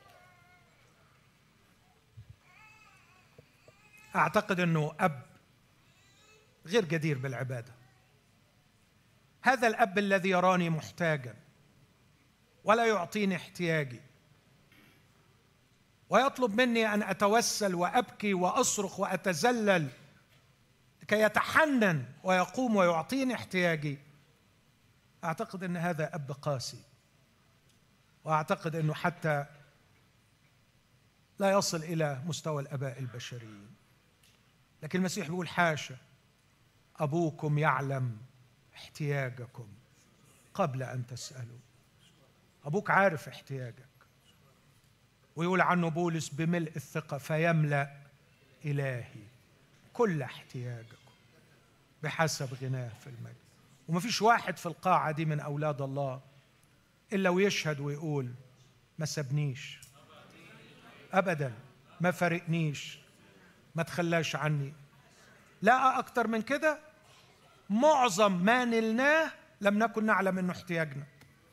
أعتقد أنه أب غير جدير بالعبادة. هذا الأب الذي يراني محتاجا ولا يعطيني احتياجي، ويطلب مني أن أتوسل وأبكي وأصرخ وأتذلل لكي يتحنن ويقوم ويعطيني احتياجي، أعتقد أن هذا أب قاسي، وأعتقد أنه حتى لا يصل إلى مستوى الآباء البشريين. لكن المسيح بيقول: حاشا، أبوكم يعلم احتياجكم قبل أن تسألوا. أبوك عارف احتياجك، ويقول عنه بولس بملء الثقة: فيملأ إلهي كل احتياجكم بحسب غناه في المجد. وما فيش واحد في القاعة دي من أولاد الله إلا ويشهد ويقول: ما سابنيش أبدا، ما فرقنيش، ما تخلاش عني. لا أكتر من كده، معظم ما نلناه لم نكن نعلم أنه احتياجنا،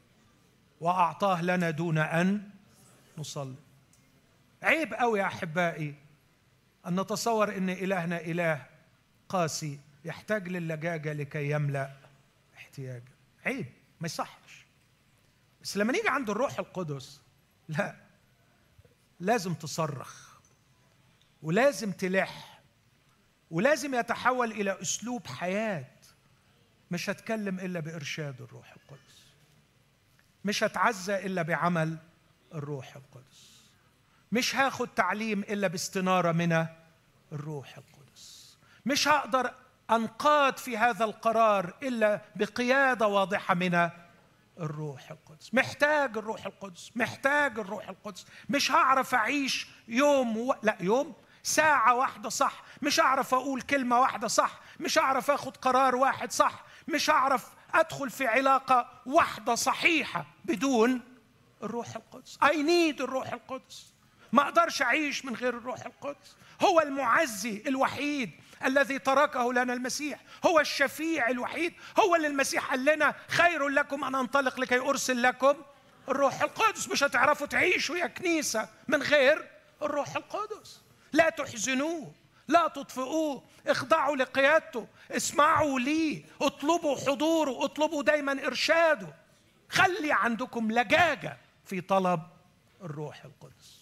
وأعطاه لنا دون أن نصلي. عيب قوي يا أحبائي أن نتصور أن إلهنا إله قاسي يحتاج للجاجة لكي يملأ احتياجه. عيب، ما يصحش. بس لما نيجي عند الروح القدس، لا، لازم تصرخ ولازم تلح ولازم يتحول إلى أسلوب حياة. مش هتكلم إلا بإرشاد الروح القدس، مش هتعزى إلا بعمل الروح القدس، مش هاخد تعليم إلا باستنارة من الروح القدس، مش هقدر أنقاد في هذا القرار إلا بقيادة واضحة من الروح القدس. محتاج الروح القدس، محتاج الروح القدس. مش هعرف أعيش يوم ساعة واحدة صح، مش هعرف أقول كلمة واحدة صح، مش هعرف أخد قرار واحد صح، مش هعرف أدخل في علاقة واحدة صحيحة بدون الروح القدس. I need الروح القدس. ما أقدرش أعيش من غير الروح القدس. هو المعزي الوحيد الذي تركه لنا المسيح، هو الشفيع الوحيد، هو اللي المسيح قال لنا: خير لكم أن أنطلق لكي أرسل لكم الروح القدس. مش هتعرفوا تعيشوا يا كنيسة من غير الروح القدس. لا تحزنوه، لا تطفئوه، اخضعوا لقيادته، اسمعوا لي، اطلبوا حضوره، اطلبوا دايما إرشاده. خلي عندكم لجاجة في طلب الروح القدس.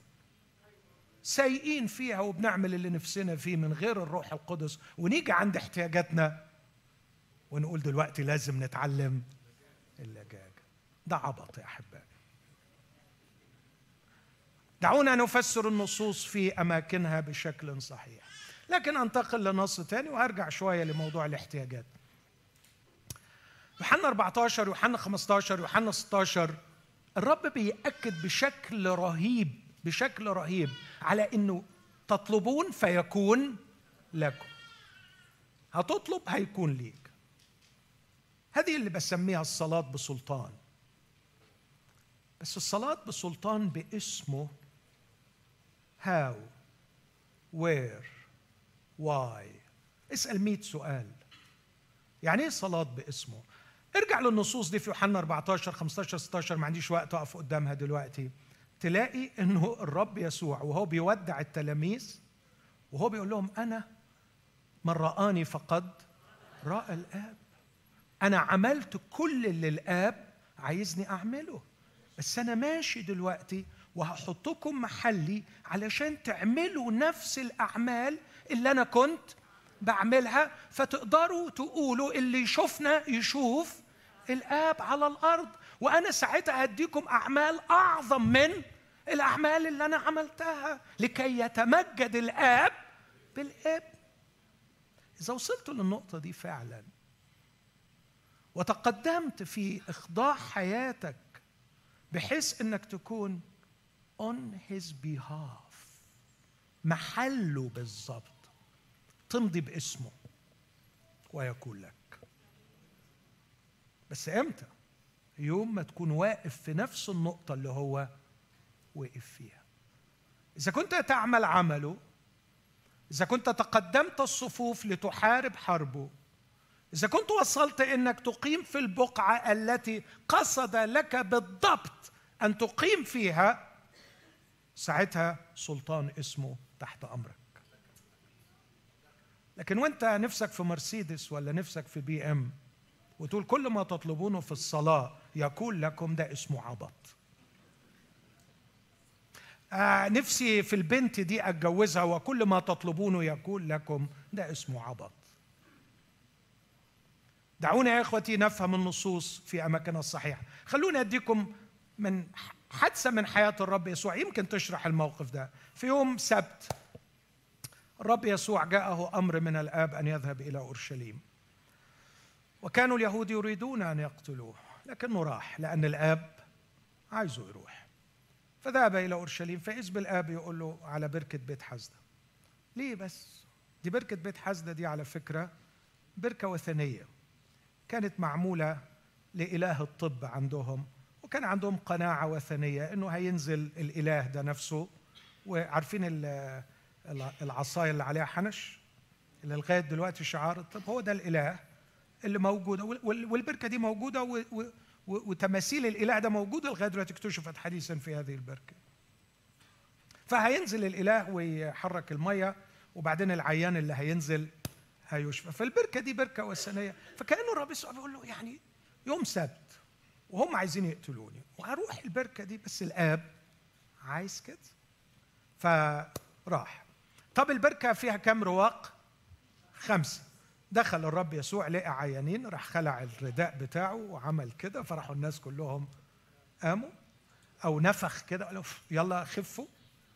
سايقين فيها وبنعمل اللي نفسنا فيه من غير الروح القدس، ونيجي عند احتياجاتنا ونقول دلوقتي لازم نتعلم اللجاجة. ده عبط يا أحبائي. دعونا نفسر النصوص في أماكنها بشكل صحيح. لكن أنتقل لنص تاني وأرجع شوية لموضوع الاحتياجات. يوحنا 14، يوحنا 15، يوحنا 16، الرب بيأكد بشكل رهيب على إنه تطلبون فيكون لكم. هتطلب هيكون ليك. هذه اللي بسميها الصلاة بسلطان. بس الصلاة بسلطان باسمه. how where why. اسأل 100 سؤال. يعني ايه صلاة باسمه؟ ارجع للنصوص دي في يوحنا 14 15 16. ما عنديش وقت اقف قدامها دلوقتي. تلاقي انه الرب يسوع وهو بيودع التلاميذ وهو بيقول لهم انا من رآني فقد رأى الآب. انا عملت كل اللي الآب عايزني اعمله، بس انا ماشي دلوقتي وهحطكم محلي علشان تعملوا نفس الأعمال اللي أنا كنت بعملها، فتقدروا تقولوا اللي يشوفنا يشوف الآب على الأرض. وأنا ساعتها هديكم أعمال أعظم من الأعمال اللي أنا عملتها لكي يتمجد الآب بالابن. إذا وصلتوا للنقطة دي فعلا وتقدمت في إخضاع حياتك بحيث أنك تكون on his behalf، محله بالضبط، تمضي باسمه ويكون لك. بس امتى؟ يوم ما تكون واقف في نفس النقطة اللي هو وقف فيها. إذا كنت تعمل عمله، إذا كنت تقدمت الصفوف لتحارب حربه، إذا كنت وصلت إنك تقيم في البقعة التي قصد لك بالضبط أن تقيم فيها، ساعتها سلطان اسمه تحت أمرك. لكن وانت نفسك في مرسيدس ولا نفسك في بي ام وتقول كل ما تطلبونه في الصلاة يكون لكم، ده اسمه عبط. نفسي في البنت دي أتجوزها وكل ما تطلبونه يكون لكم، ده اسمه عبط. دعونا يا إخوتي نفهم النصوص في أماكنها الصحيحة. خلوني أديكم من حادثة من حياة الرب يسوع يمكن تشرح الموقف ده. في يوم سبت الرب يسوع جاءه أمر من الآب أن يذهب إلى أورشليم، وكانوا اليهود يريدون أن يقتلوه، لكنه راح لأن الآب عايزه يروح. فذهب إلى أورشليم، فإذ بالآب يقول له على بركة بيت حزدة. ليه بس؟ دي بركة بيت حزدة دي على فكرة بركة وثنية كانت معمولة لإله الطب عندهم، وكان عندهم قناعة وثنية إنه هينزل الإله ده نفسه. وعارفين العصاية اللي عليها حنش اللي لغاية دلوقتي شعار الطب، هو ده الإله اللي موجودة، والبركة دي موجودة، وتماثيل الإله ده موجودة لغاية دلوقتي، اكتشفت حديثا في هذه البركة. فهينزل الإله ويحرك المية، وبعدين العيان اللي هينزل هيشفى. فالبركة دي بركة وثنية. فكأنه الرب يسوع بيقول له يعني يوم سبت وهم عايزين يقتلوني وهروح البركة دي، بس الآب عايز كده. فراح. طب البركة فيها كم رواق؟ 5. دخل الرب يسوع لقى عيانين، راح خلع الرداء بتاعه وعمل كده، فرحوا الناس كلهم قاموا، أو نفخ كده قالوا يلا خفوا.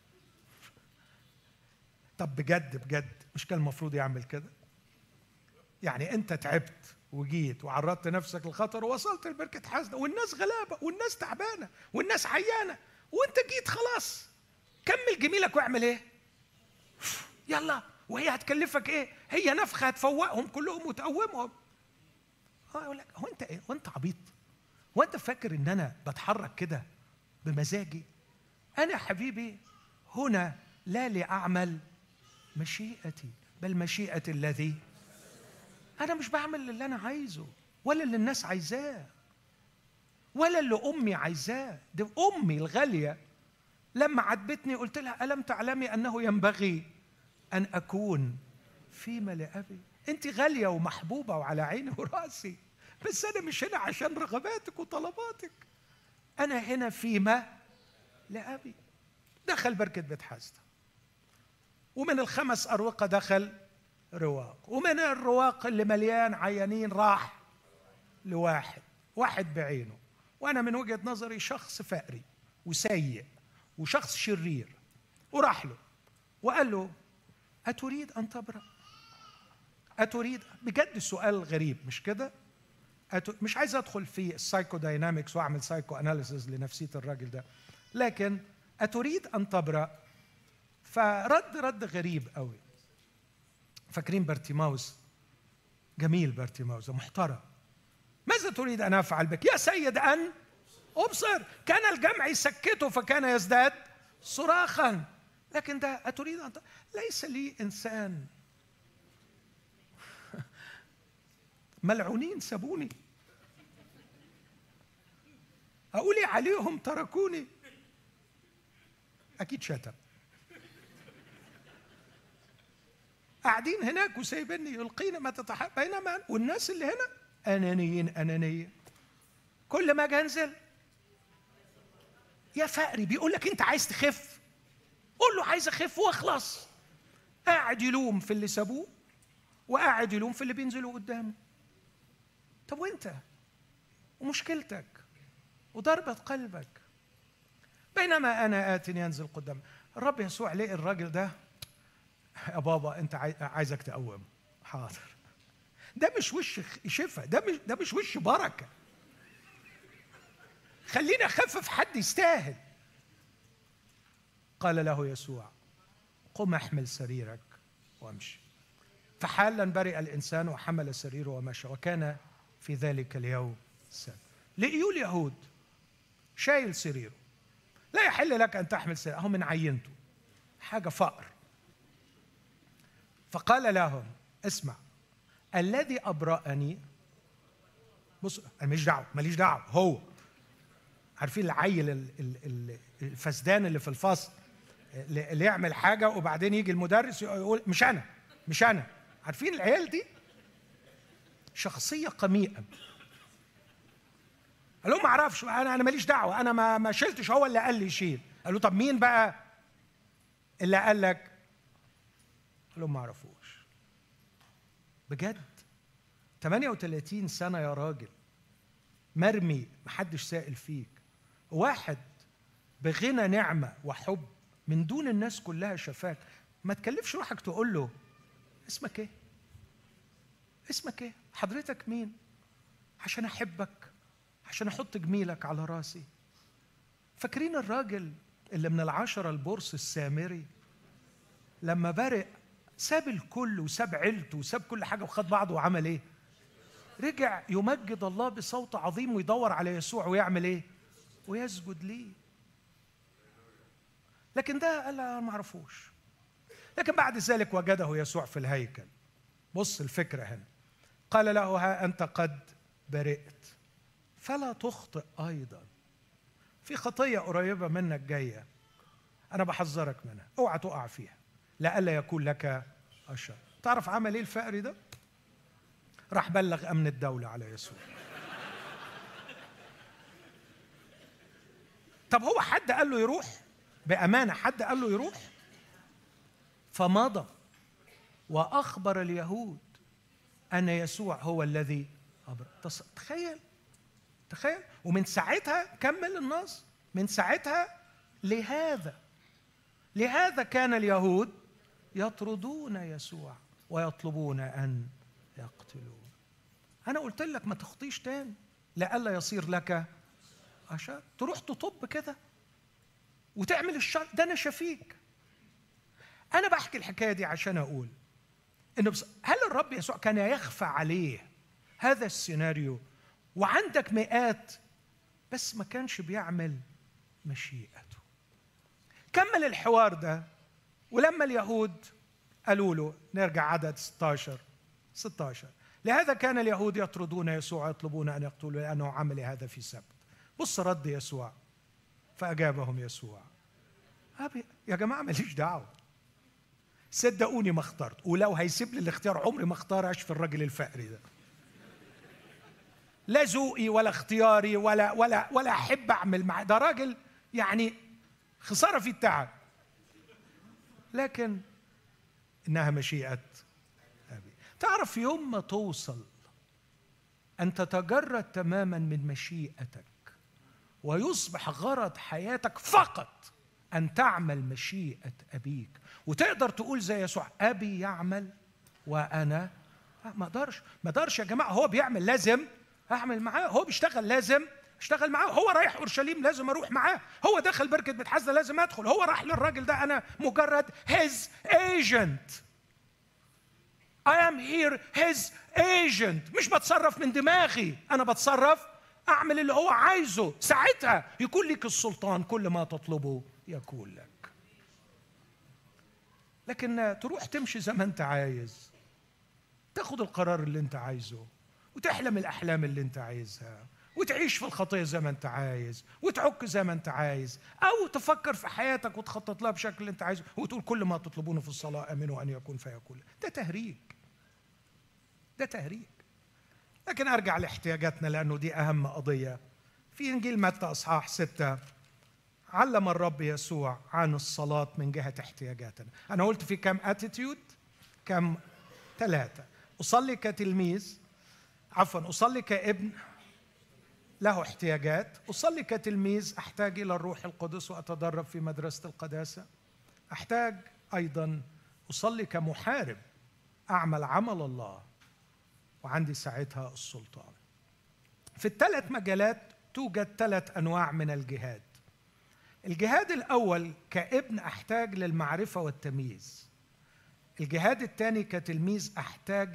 طب بجد مش كان المفروض يعمل كده؟ يعني أنت تعبت وجيت وعرضت نفسك للخطر ووصلت لبركة حزدة والناس غلابة والناس تعبانة والناس عيانة، وأنت جيت خلاص، كمل جميلك واعمل إيه؟ يلا، وهي هتكلفك إيه؟ هي نفخة هتفوقهم كلهم وتقومهم. يقول لك هو أنت إيه؟ وأنت عبيط؟ هو أنت فاكر إن أنا بتحرك كده بمزاجي؟ أنا حبيبي هنا لا لأعمل مشيئتي بل مشيئة الذي. أنا مش بعمل اللي أنا عايزه ولا اللي الناس عايزاه ولا اللي أمي عايزاه. دي أمي الغالية لما عاتبتني قلت لها ألم تعلمي أنه ينبغي أن أكون فيما لأبي؟ أنت غالية ومحبوبة وعلى عيني ورأسي، بس أنا مش هنا عشان رغباتك وطلباتك، أنا هنا فيما لأبي. دخل بركة بيت حزدة، ومن ال5 أروقة دخل رواق، ومن الرواق اللي مليان عيانين راح ل1، واحد بعينه، وأنا من وجهة نظري شخص فقري وسيء وشخص شرير، وراح له وقال له: أتريد أن تبرأ؟ أتريد؟ بجد سؤال غريب مش كده؟ مش عايز أدخل في السايكو داينامكس وأعمل سايكو أناليسيز لنفسية الراجل ده، لكن أتريد أن تبرأ؟ فرد غريب قوي. فاكرين بارتيماوس؟ جميل بارتيماوس محترم. ماذا تريد أن أفعل بك؟ يا سيد أن أبصر. كان الجمع يسكته فكان يزداد صراخا، لكن ده أتريد أن ليس لي إنسان. ملعونين سابوني، أقولي عليهم تركوني. أكيد شتم. قاعدين هناك وسايبني يلقينا ما تتحب بينما، والناس اللي هنا أنانيين أنانية. كل ما أجي أنزل: يا فقري، بيقول لك أنت عايز تخف، قول له عايز أخف واخلص. قاعد يلوم في اللي سابوه وقاعد يلوم في اللي بينزلوا قدامه. طب وأنت ومشكلتك وضربة قلبك؟ بينما أنا آت ينزل قدام الرب يسوع، لقي الراجل ده: يا بابا أنت عايزك تقوم. حاضر. ده مش وش شفا، ده مش وش بركة. خلينا أخفف حد يستاهل. قال له يسوع: قم احمل سريرك وامشي. فحالا برئ الإنسان وحمل سريره ومشى، وكان في ذلك اليوم السبت. لقيوا اليهود شايل سريره. لا يحل لك أن تحمل سريره، هم من عينته حاجة فقر. فقال لهم: اسمع، الذي أبرأني، بص أنا ماليش دعوة، هو. عارفين العيل الفسدان اللي في الفصل اللي يعمل حاجة وبعدين يجي المدرس يقول مش أنا. عارفين العيال دي؟ شخصية قميئة. قال له: ما أعرفش، أنا ماليش دعوة، أنا ما شلتش، هو اللي قال لي شيل. قال له: طب مين بقى اللي قال لك؟ قال له: ما أعرفوش. بجد 38 سنة يا راجل، مرمي، محدش سائل فيك، واحد بغنى نعمة وحب من دون الناس كلها شفاك. ما تكلفش روحك تقول له: اسمك ايه؟ اسمك ايه؟ حضرتك مين؟ عشان احبك، عشان احط جميلك على راسي. فاكرين الراجل اللي من العشرة البرص السامري لما برئ ساب الكل وساب عيلته وساب كل حاجة وخد بعضه وعمل ايه؟ رجع يمجد الله بصوت عظيم ويدور على يسوع ويعمل ايه؟ ويسجد ليه. لكن ده قال: ما اعرفوش. لكن بعد ذلك وجده يسوع في الهيكل. بص الفكرة هنا. قال له: ها أنت قد برئت، فلا تخطئ أيضا. في خطية قريبة منك جاية، أنا بحذرك منها، اوعى تقع فيها لئلا يكون لك أشر. تعرف عمل إيه الفقري ده؟ راح بلغ أمن الدولة على يسوع. طب هو حد قال له يروح؟ بأمانة حد قال له يروح؟ فمضى وأخبر اليهود أن يسوع هو الذي أبرأ. تخيل. ومن ساعتها كمل النص، من ساعتها لهذا كان اليهود يطردون يسوع ويطلبون أن يقتلوه. أنا قلت لك ما تخطيش تاني لئلا يصير لك أشر. تروح تطب كده وتعمل الشر ده. أنا شفيك. أنا بحكي الحكاية دي عشان أقول إنه هل الرب يسوع كان يخفى عليه هذا السيناريو وعندك مئات بس ما كانش بيعمل مشيئته؟ كمل الحوار ده. ولما اليهود قالوا له، نرجع عدد 16، لهذا كان اليهود يطردون يسوع ويطلبون أن يقتلوا لأنه عمل هذا في سبت. بص رد يسوع. فأجابهم يسوع: يا جماعة ماليش دعوة، صدقوني ما اخترت، ولو هيسيب لي الاختيار عمري ما اختار اشفي الراجل الفقري ده. لا ذوقي ولا اختياري ولا احب اعمل معاه، ده راجل يعني خسارة في التعب. لكن إنها مشيئة أبي. تعرف يوم ما توصل أن تتجرد تماما من مشيئتك، ويصبح غرض حياتك فقط أن تعمل مشيئة أبيك. وتقدر تقول زي يسوع: أبي يعمل وأنا ما أقدرش يا جماعة. هو بيعمل لازم أعمل معاه، هو بيشتغل لازم اشتغل معاه، هو رايح أورشليم لازم أروح معاه، هو دخل بركة بيت حزة لازم أدخل، هو راح للراجل ده، أنا مجرد his agent. I am here his agent. مش بتصرف من دماغي، أنا بتصرف أعمل اللي هو عايزه. ساعتها يكون لك السلطان، كل ما تطلبه يكون لك. لكن تروح تمشي زي ما أنت عايز، تاخد القرار اللي أنت عايزه، وتحلم الأحلام اللي أنت عايزها، وتعيش في الخطية زي ما أنت عايز، وتعك زي ما أنت عايز، أو تفكر في حياتك وتخطط لها بشكل اللي أنت عايزه، وتقول كل ما تطلبونه في الصلاة آمنوا أن يكون فيكون. ده تهريج، ده تهريج. لكن أرجع لاحتياجاتنا، لأنه دي أهم قضية. في إنجيل متى أصحاح 6 علم الرب يسوع عن الصلاة من جهة احتياجاتنا. أنا قلت في كم اتيتيود؟ كم؟ 3. أصلي كتلميذ، أصلي كابن له احتياجات. أصلي كتلميذ، أحتاج إلى الروح القدس وأتدرب في مدرسة القداسة. أحتاج أيضا أصلي كمحارب، أعمل عمل الله وعندي ساعتها السلطان. في ال3 مجالات توجد 3 أنواع من الجهاد. الجهاد الأول كابن أحتاج للمعرفة والتمييز. الجهاد الثاني كتلميذ أحتاج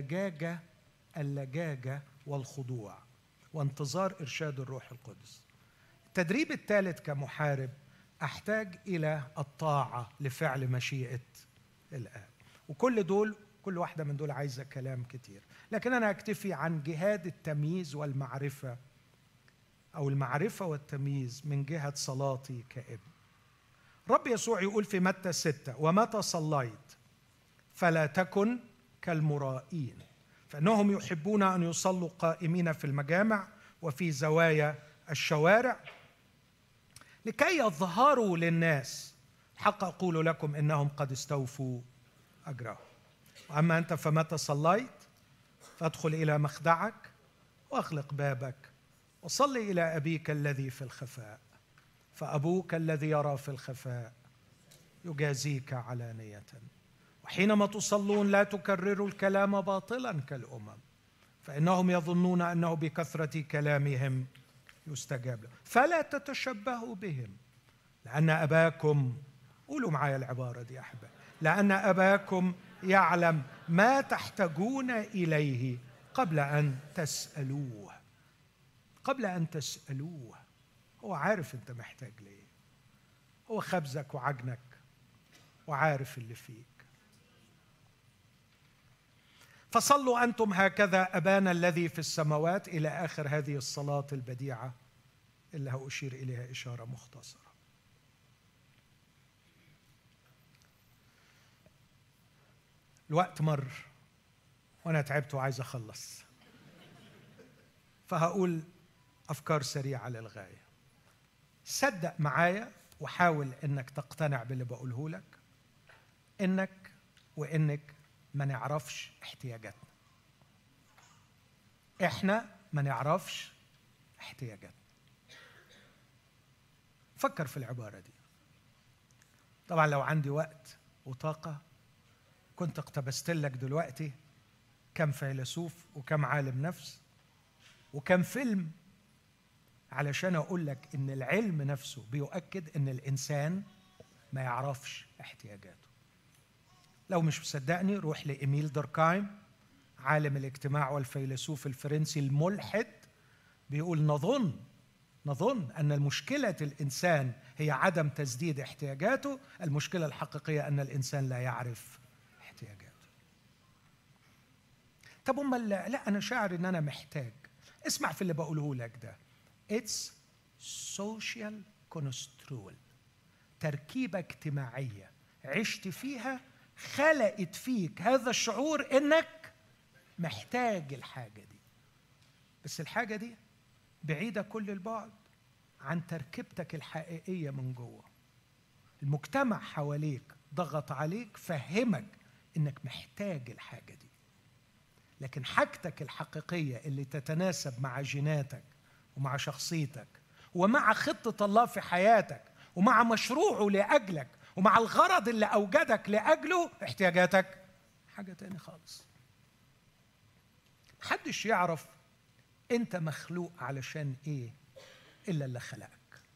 اللجاجة والخضوع وانتظار إرشاد الروح القدس. التدريب الثالث كمحارب أحتاج إلى الطاعة لفعل مشيئة الآب. وكل واحدة من دول عايزة كلام كتير، لكن أنا أكتفي عن جهاد التمييز والمعرفة، أو المعرفة والتمييز من جهة صلاتي كابن. رب يسوع يقول في متى 6: ومتى صليت فلا تكن كالمرائين، فإنهم يحبون أن يصلوا قائمين في المجامع وفي زوايا الشوارع لكي يظهروا للناس. الحق أقول لكم إنهم قد استوفوا أجرهم. وأما أنت فمتى صليت فادخل إلى مخدعك وأغلق بابك وصل إلى أبيك الذي في الخفاء، فأبوك الذي يرى في الخفاء يجازيك علانية. وحينما تصلون لا تكرروا الكلام باطلا كالأمم، فإنهم يظنون أنه بكثرة كلامهم يستجاب لهم. فلا تتشبهوا بهم، لأن أباكم، قولوا معايا العبارة دي أحباب، لأن أباكم يعلم ما تحتاجون إليه قبل أن تسألوه. قبل أن تسألوه، هو عارف أنت محتاج ليه، هو خبزك وعجنك وعارف اللي فيك. فصلوا أنتم هكذا: أبانا الذي في السماوات، إلى آخر هذه الصلاة البديعة اللي هأشير إليها إشارة مختصرة. الوقت مر وأنا تعبت وعايز أخلص، فهقول أفكار سريعة للغاية. صدق معايا وحاول إنك تقتنع باللي بقوله لك، إنك وإنك ما نعرفش احتياجاتنا. إحنا ما نعرفش احتياجاتنا. فكر في العبارة دي. طبعا لو عندي وقت وطاقة كنت اقتبست لك دلوقتي كم فيلسوف وكم عالم نفس وكم فيلم علشان أقول لك إن العلم نفسه بيؤكد إن الإنسان ما يعرفش احتياجاته. لو مش مصدقني روح لإيميل دوركايم، عالم الاجتماع والفيلسوف الفرنسي الملحد، بيقول نظن أن المشكلة الإنسان هي عدم تسديد احتياجاته، المشكلة الحقيقية أن الإنسان لا يعرف احتياجاته. طب لا أنا شاعر أن أنا محتاج. اسمع في اللي بقوله لك ده. It's social construal، تركيبة اجتماعية عشت فيها خلقت فيك هذا الشعور إنك محتاج الحاجة دي، بس الحاجة دي بعيدة كل البعد عن تركيبتك الحقيقية من جوه. المجتمع حواليك ضغط عليك فهمك إنك محتاج الحاجة دي، لكن حاجتك الحقيقية اللي تتناسب مع جيناتك ومع شخصيتك ومع خطة الله في حياتك ومع مشروعه لأجلك ومع الغرض اللي أوجدك لأجله، احتياجاتك حاجة تاني خالص. محدش يعرف أنت مخلوق علشان إيه إلا اللي خلقك.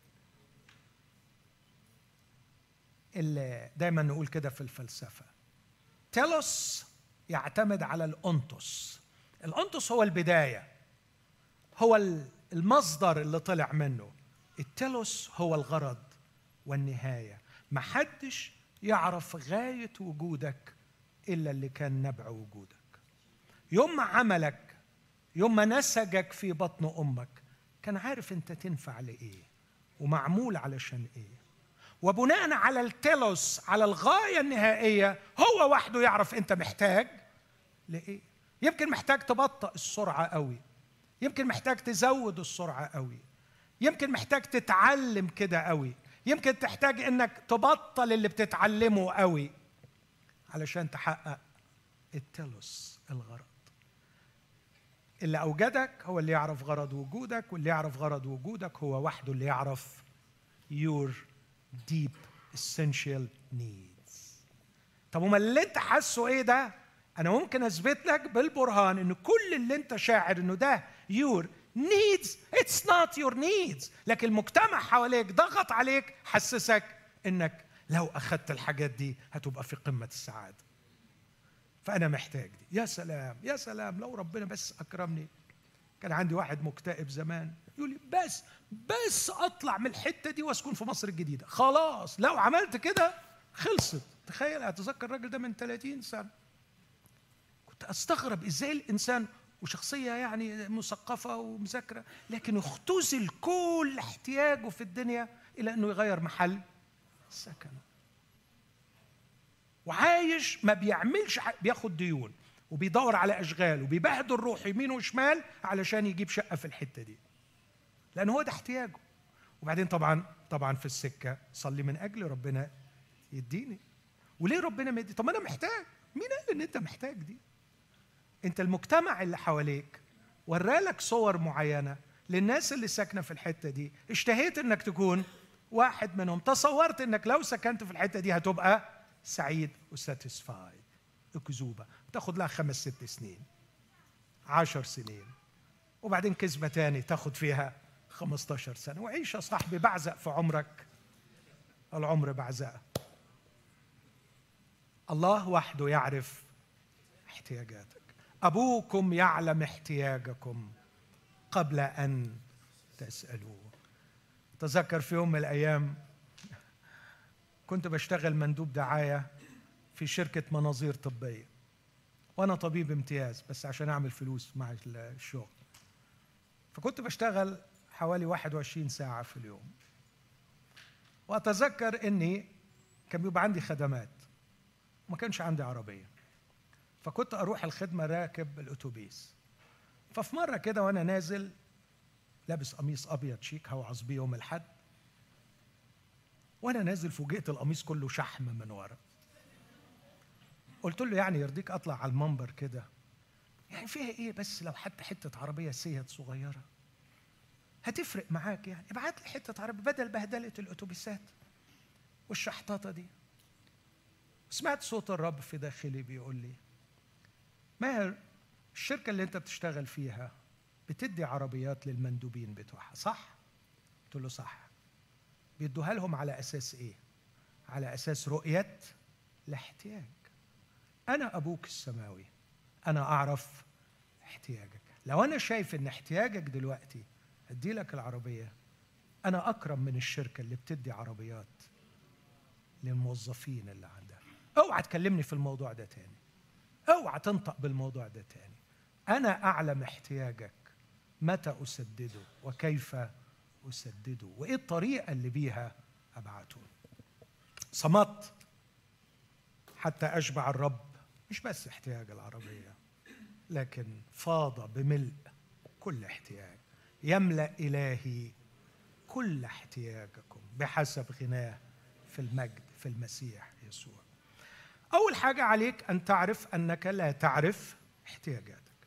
اللي دايما نقول كده في الفلسفة، تيلوس يعتمد على الأنتوس. الأنتوس هو البداية، هو المصدر اللي طلع منه. التيلوس هو الغرض والنهاية. محدش يعرف غاية وجودك إلا اللي كان نبع وجودك. يوم ما عملك، يوم ما نسجك في بطن أمك، كان عارف أنت تنفع لإيه ومعمول علشان إيه. وبناء على التيلوس، على الغاية النهائية، هو وحده يعرف أنت محتاج لإيه. يمكن محتاج تبطئ السرعة قوي، يمكن محتاج تزود السرعة قوي، يمكن محتاج تتعلم كده قوي، يمكن تحتاج انك تبطل اللي بتتعلمه قوي علشان تحقق التيلوس، الغرض. اللي اوجدك هو اللي يعرف غرض وجودك، واللي يعرف غرض وجودك هو وحده اللي يعرف your deep essential needs. طب وما اللي انت حاسه ايه ده؟ انا ممكن اثبت لك بالبرهان ان كل اللي انت شاعر انه ده your needs it's not your needs، لكن المجتمع حواليك ضغط عليك، حسسك انك لو اخذت الحاجات دي هتبقى في قمة السعادة، فانا محتاج دي. يا سلام يا سلام لو ربنا بس اكرمني. كان عندي واحد مكتئب زمان يقول لي بس اطلع من الحتة دي واسكن في مصر الجديدة، خلاص لو عملت كده خلصت. تخيل، اتذكر الراجل ده من 30 سنة. كنت استغرب ازاي الانسان وشخصية يعني مثقفة ومذاكرة، لكن اختزل كل احتياجه في الدنيا إلى أنه يغير محل سكنه، وعايش ما بيعملش بياخد ديون وبيدور على أشغال وبيبهدل روح يمين وشمال علشان يجيب شقة في الحتة دي، لأن هو ده احتياجه. وبعدين طبعا في السكة صلي من أجل ربنا يديني. وليه ربنا ما يدي؟ طب أنا محتاج. مين قال إن أنت محتاج دي؟ انت المجتمع اللي حواليك ورالك صور معينة للناس اللي ساكنة في الحتة دي، اشتهيت انك تكون واحد منهم، تصورت انك لو سكنت في الحتة دي هتبقى سعيد وساتسفايد. اكذوبة تاخد لها 5-6 سنين 10 سنين، وبعدين كذبة تاني تاخد فيها 15 سنة، وعيش يا صاحبي بعزق في عمرك، العمر بعزقة. الله وحده يعرف احتياجاتك. أبوكم يعلم احتياجكم قبل أن تسألوه. تذكر في يوم من الأيام كنت بشتغل مندوب دعاية في شركة مناظير طبية، وأنا طبيب امتياز بس عشان أعمل فلوس مع الشغل، فكنت بشتغل حوالي 21 ساعة في اليوم. وأتذكر أني كان بيبقى عندي خدمات وما كانش عندي عربية، فكنت أروح الخدمة راكب الأتوبيس. ففي مرة كده وأنا نازل لابس قميص أبيض شيك هوعظ بيه يوم الحد، وأنا نازل فوجئت القميص كله شحم من ورا. قلت له يعني يرضيك أطلع على المنبر كده؟ يعني فيها إيه بس لو حتة عربية سيت صغيرة هتفرق معاك؟ يعني ابعت لي حتة عربية بدل بهدلة الأتوبيسات والشحطاطة دي. سمعت صوت الرب في داخلي بيقول لي ماهر، الشركة اللي انت بتشتغل فيها بتدي عربيات للمندوبين بتوعها صح؟ قلت له صح. بيدوها لهم على أساس إيه؟ على أساس رؤية الاحتياج. أنا أبوك السماوي، أنا أعرف احتياجك. لو أنا شايف إن احتياجك دلوقتي أدي لك العربية، أنا أكرم من الشركة اللي بتدي عربيات للموظفين اللي عندها. اوعى تكلمني في الموضوع ده تاني، اوعى تنطق بالموضوع ده تاني. أنا أعلم احتياجك، متى أسدده وكيف أسدده وإيه الطريقة اللي بيها أبعته. صمت حتى أشبع الرب مش بس احتياج العربية، لكن فاض بملء كل احتياج. يملأ إلهي كل احتياجكم بحسب غناه في المجد في المسيح يسوع. أول حاجة عليك أن تعرف أنك لا تعرف احتياجاتك.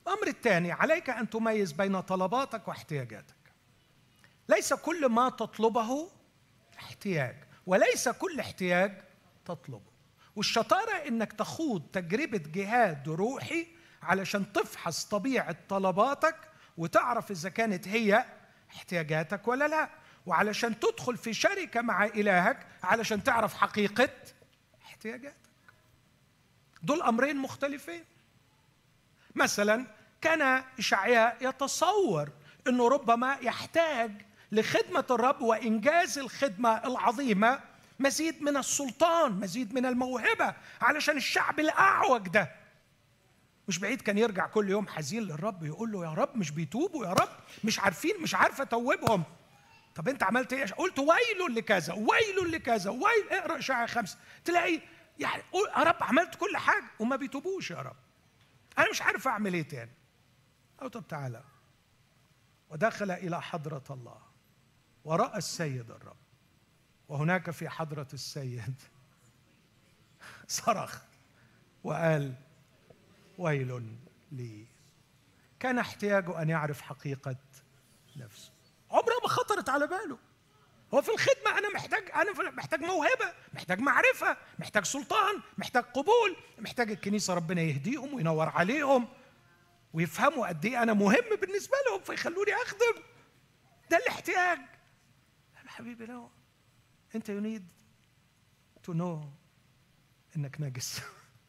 الأمر الثاني، عليك أن تميز بين طلباتك واحتياجاتك. ليس كل ما تطلبه احتياج، وليس كل احتياج تطلبه. والشطارة إنك تخوض تجربة جهاد روحي علشان تفحص طبيعة طلباتك وتعرف إذا كانت هي احتياجاتك ولا لا، وعلشان تدخل في شركة مع إلهك علشان تعرف حقيقة احتياجاتك. دول أمرين مختلفين. مثلا كان إشعياء يتصور أنه ربما يحتاج لخدمة الرب وإنجاز الخدمة العظيمة مزيد من السلطان، مزيد من الموهبة، علشان الشعب الأعوج ده مش بعيد كان يرجع كل يوم حزين للرب يقول له يا رب مش بيتوبوا، يا رب مش عارفين، مش عارفة توبهم. طب انت عملت ايه؟ قلت ويل لكذا ويل لكذا ويل. اقرأ إشعياء 5 تلاقي يعني يا رب عملت كل حاجة وما بيتوبوش. يا رب أنا مش عارف أعمل إيه تاني. أو طب تعالى. ودخل إلى حضرة الله ورأى السيد الرب، وهناك في حضرة السيد صرخ وقال ويل لي. كان احتياجه أن يعرف حقيقة نفسه. عمرها ما خطرت على باله. هو في الخدمة أنا محتاج موهبة، محتاج معرفة، محتاج سلطان، محتاج قبول، محتاج الكنيسة ربنا يهديهم وينور عليهم ويفهموا قد إيه أنا مهم بالنسبة لهم فيخلوني أخدم. ده الاحتياج. يا حبيبي لا، أنت you need to know إنك نجس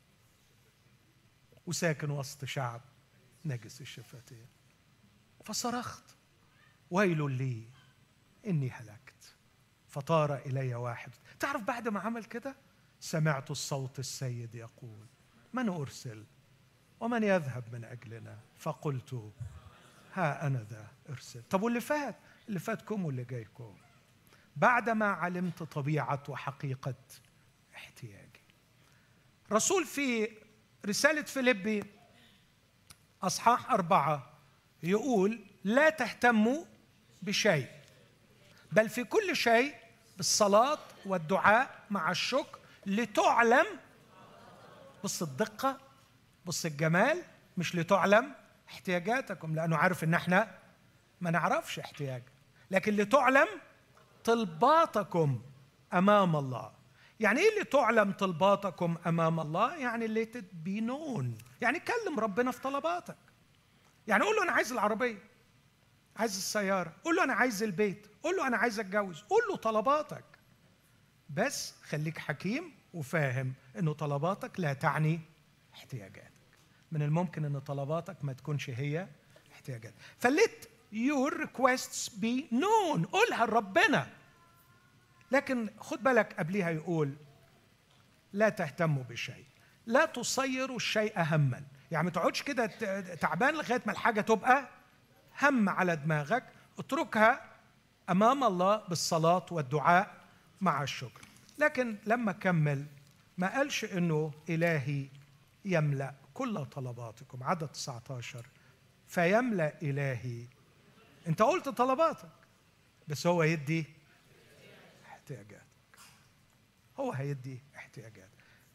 وساكن وسط شعب نجس الشفتين. فصرخت ويل لي إني هلكت. فطار إلي واحد. تعرف بعد ما عمل كده سمعت الصوت السيد يقول من أرسل ومن يذهب من أجلنا؟ فقلت ها أنا ذا أرسل. طب واللي فات؟ اللي فاتكم واللي جايكم. بعدما علمت طبيعة وحقيقة احتياجي. رسول في رسالة فيليبي أصحاح 4 يقول لا تهتموا بشيء بل في كل شيء بالصلاة والدعاء مع الشكر لتعلم. بص الدقة، بص الجمال، مش لتعلم احتياجاتكم، لأنه عارف إن احنا ما نعرفش احتياج، لكن لتعلم طلباتكم أمام الله. يعني إيه لتعلم طلباتكم أمام الله؟ يعني اللي تبينون، يعني كلم ربنا في طلباتك. يعني قول له أنا عايز العربية، عايز السيارة، قول له أنا عايز البيت، قول له أنا عايز أتجوز، قول له طلباتك. بس خليك حكيم وفاهم إنه طلباتك لا تعني احتياجاتك. من الممكن إن طلباتك ما تكونش هي احتياجات. فلت your requests be known، قولها لربنا. لكن خد بالك قبلها يقول لا تهتموا بشيء، لا تصيروا الشيء هما. يعني ما تقعدش كده تعبان لغاية ما الحاجة تبقى هم على دماغك. اتركها أمام الله بالصلاة والدعاء مع الشكر. لكن لما كمل ما قالش إنه إلهي يملأ كل طلباتكم. عدد 19 فيملأ إلهي. أنت قلت طلباتك بس هو يدي احتياجاتك. هو هيدي احتياجاتك.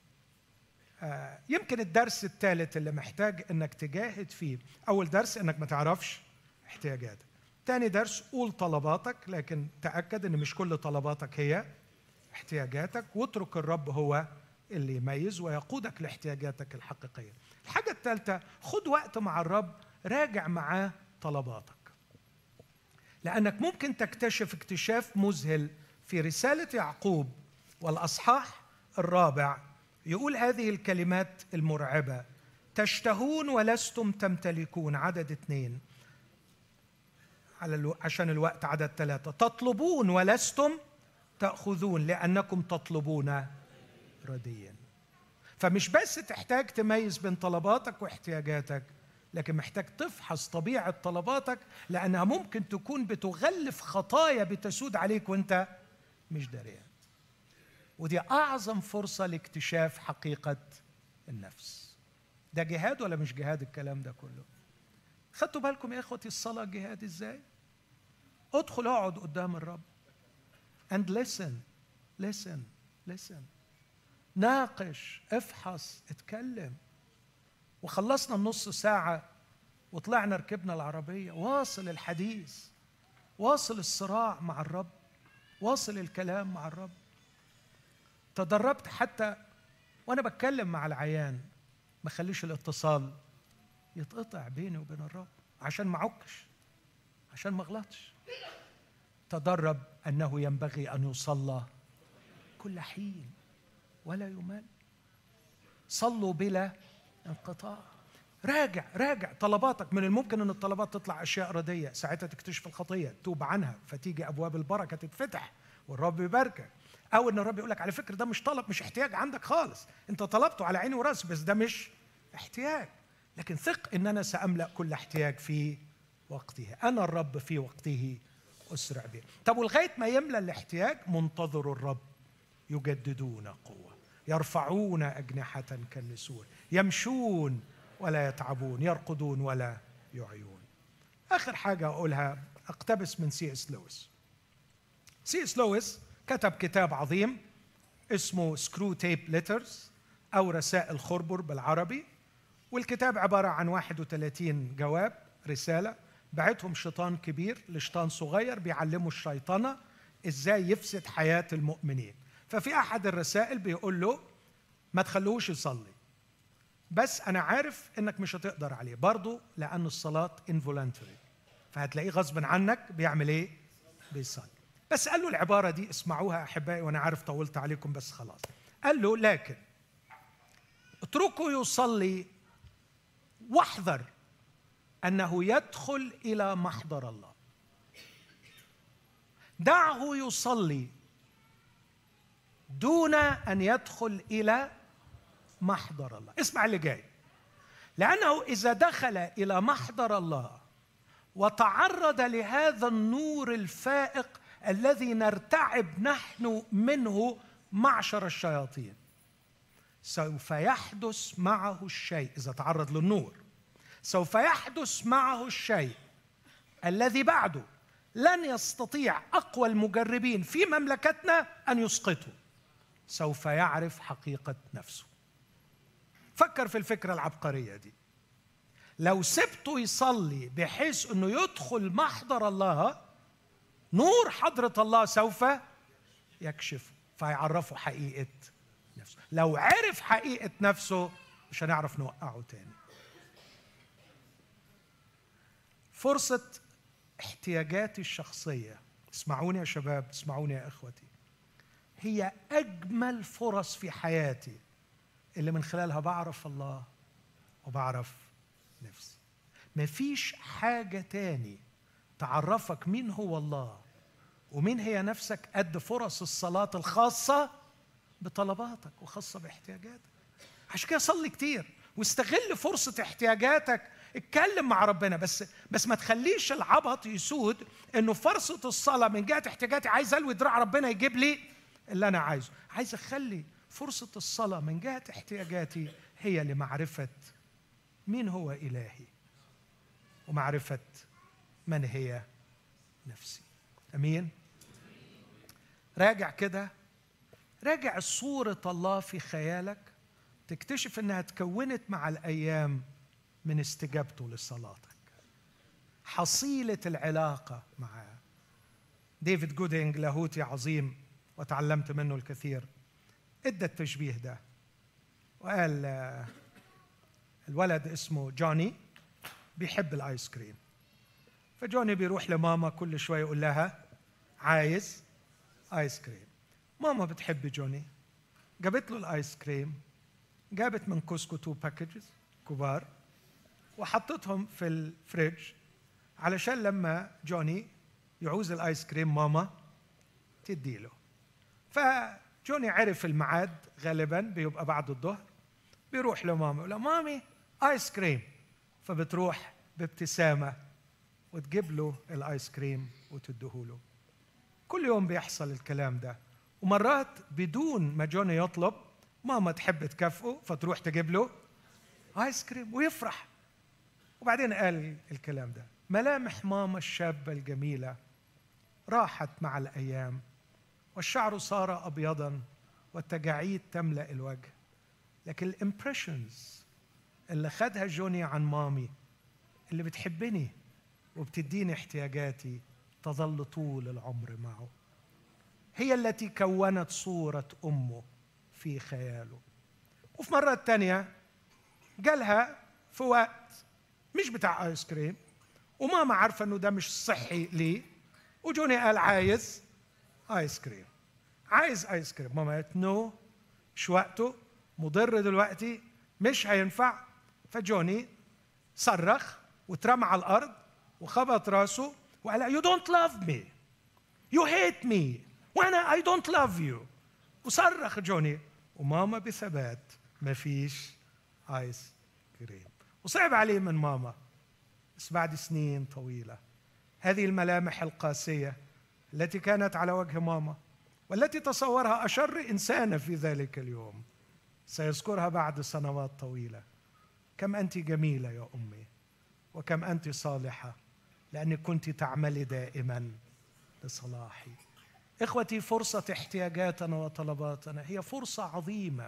يمكن الدرس الثالث اللي محتاج إنك تجاهد فيه، أول درس إنك ما تعرفش احتياجاتك. تاني درس قول طلباتك، لكن تأكد إن مش كل طلباتك هي احتياجاتك، واترك الرب هو اللي يميز ويقودك لاحتياجاتك الحقيقية. الحاجة الثالثة، خد وقت مع الرب، راجع معاه طلباتك، لأنك ممكن تكتشف اكتشاف مذهل. في رسالة يعقوب والأصحاح 4 يقول هذه الكلمات المرعبة: تشتهون ولستم تمتلكون. عدد 2 عشان الوقت. عدد 3 تطلبون ولستم تأخذون لأنكم تطلبون رديا. فمش بس تحتاج تميز بين طلباتك واحتياجاتك، لكن محتاج تفحص طبيعة طلباتك، لأنها ممكن تكون بتغلف خطايا بتسود عليك وانت مش داريان. ودي أعظم فرصة لاكتشاف حقيقة النفس. ده جهاد ولا مش جهاد الكلام ده كله؟ خدتوا بالكم يا إخوتي الصلاة جهاد إزاي؟ ادخل اقعد قدام الرب and listen. ناقش، افحص، اتكلم. وخلصنا النص ساعة وطلعنا ركبنا العربية، واصل الحديث، واصل الصراع مع الرب، واصل الكلام مع الرب. تدربت حتى وأنا بتكلم مع العيان ما خليش الاتصال يتقطع بيني وبين الرب، عشان ما عكش، عشان ما غلطش. تدرب أنه ينبغي أن يصلى كل حين ولا يمل. صلوا بلا انقطاع. راجع طلباتك. من الممكن أن الطلبات تطلع أشياء ردية، ساعتها تكتشف الخطية، توب عنها، فتيجي أبواب البركة تتفتح والرب يباركك. أو أن الرب يقول لك على فكرة ده مش طلب، مش احتياج عندك خالص، أنت طلبته على عيني وراسي، بس ده مش احتياج. لكن ثق أن أنا سأملأ كل احتياج في وقته، أنا الرب في وقته أسرع به. طب ولغاية ما يملأ الاحتياج، منتظر الرب يجددون قوة، يرفعون أجنحة كالنسور، يمشون ولا يتعبون، يرقدون ولا يعيون. آخر حاجة أقولها أقتبس من سي.إس. لويس. سي.إس. لويس كتب كتاب عظيم اسمه سكرو تيب ليترز، أو رسائل خربر بالعربي. والكتاب عبارة عن 31 جواب، رسالة بعتهم شيطان كبير لشيطان صغير بيعلموا الشيطانة إزاي يفسد حياة المؤمنين. ففي أحد الرسائل بيقول له ما تخلوش يصلي، بس أنا عارف إنك مش هتقدر عليه برضو، لأن الصلاة involuntary، فهتلاقيه غصب عنك بيعمل إيه؟ بيصلي. بس قال له العبارة دي، اسمعوها أحبائي، وأنا عارف طولت عليكم بس خلاص. قال له لكن اتركه يصلي، واحذر أنه يدخل إلى محضر الله. دعه يصلي دون أن يدخل إلى محضر الله. اسمع اللي جاي. لأنه إذا دخل إلى محضر الله وتعرض لهذا النور الفائق الذي نرتعب نحن منه معشر الشياطين، سوف يحدث معه الشيء. إذا تعرض للنور سوف يحدث معه الشيء الذي بعده لن يستطيع أقوى المجربين في مملكتنا أن يسقطه. سوف يعرف حقيقة نفسه. فكر في الفكرة العبقرية دي. لو سبته يصلي بحيث أنه يدخل محضر الله، نور حضرة الله سوف يكشفه، فيعرفه حقيقة نفسه. لو عرف حقيقة نفسه مش هنعرف نوقعه تاني. فرصة احتياجاتي الشخصية، اسمعوني يا شباب، اسمعوني يا إخوتي، هي أجمل فرص في حياتي اللي من خلالها بعرف الله وبعرف نفسي. مفيش حاجة تاني تعرفك مين هو الله ومين هي نفسك قد فرص الصلاة الخاصة بطلباتك وخاصة باحتياجاتك. عشان كده صلي كتير واستغل فرصة احتياجاتك. اتكلم مع ربنا، بس ما تخليش العبط يسود انه فرصة الصلاة من جهة احتياجاتي عايز الوي دراع ربنا يجيب لي اللي انا عايزه. عايز اخلي فرصة الصلاة من جهة احتياجاتي هي لمعرفة مين هو إلهي ومعرفة من هي نفسي. أمين؟ راجع كده، راجع صورة الله في خيالك، تكتشف أنها تكونت مع الأيام من استجابته لصلاتك، حصيلة العلاقة معه. ديفيد جودينج لاهوتي عظيم وتعلمت منه الكثير، ادى التشبيه ده وقال الولد اسمه جوني بيحب الايس كريم، فجوني بيروح لماما كل شويه يقول لها عايز ايس كريم. ماما بتحب جوني، جابت له الايس كريم، جابت من كوسكو 2 باكجز كبار وحطتهم في الفريج علشان لما جوني يعوز الايس كريم ماما تديله. فجوني عرف الميعاد، غالبا بيبقى بعد الظهر، بيروح لماما يقول لها مامي ايس كريم، فبتروح بابتسامه وتجيب له الايس كريم وتديهوله. كل يوم بيحصل الكلام ده، ومرات بدون ما جوني يطلب ماما تحب تكافئه فتروح تجيب له ايس كريم ويفرح. وبعدين قال الكلام ده: ملامح ماما الشابه الجميله راحت مع الايام، والشعر صار ابيضا والتجاعيد تملا الوجه، لكن الامبريشنز اللي خدها جوني عن مامي اللي بتحبني وبتديني احتياجاتي تظل طول العمر معه. هي التي كونت صورة أمه في خياله. وفي مرة تانية جالها في وقت مش بتاع آيس كريم، وماما عارفة أنه ده مش صحي ليه، وجوني قال عايز آيس كريم، عايز آيس كريم. ماما قالت نو، مش وقته، مضر دلوقتي، مش هينفع. فجوني صرخ واترمى على الأرض وخبط راسه وقال you don't love me, you hate me, وأنا I don't love you. وصرخ جوني، وماما بثبات ما فيش آيس كريم. وصعب عليه من ماما، بس بعد سنين طويلة هذه الملامح القاسية التي كانت على وجه ماما والتي تصورها أشر إنسانة في ذلك اليوم سيذكرها بعد سنوات طويلة. كم أنت جميلة يا أمي، وكم أنت صالحة، لأنك كنت تعملي دائما لصلاحي. إخوتي، فرصة احتياجاتنا وطلباتنا هي فرصة عظيمة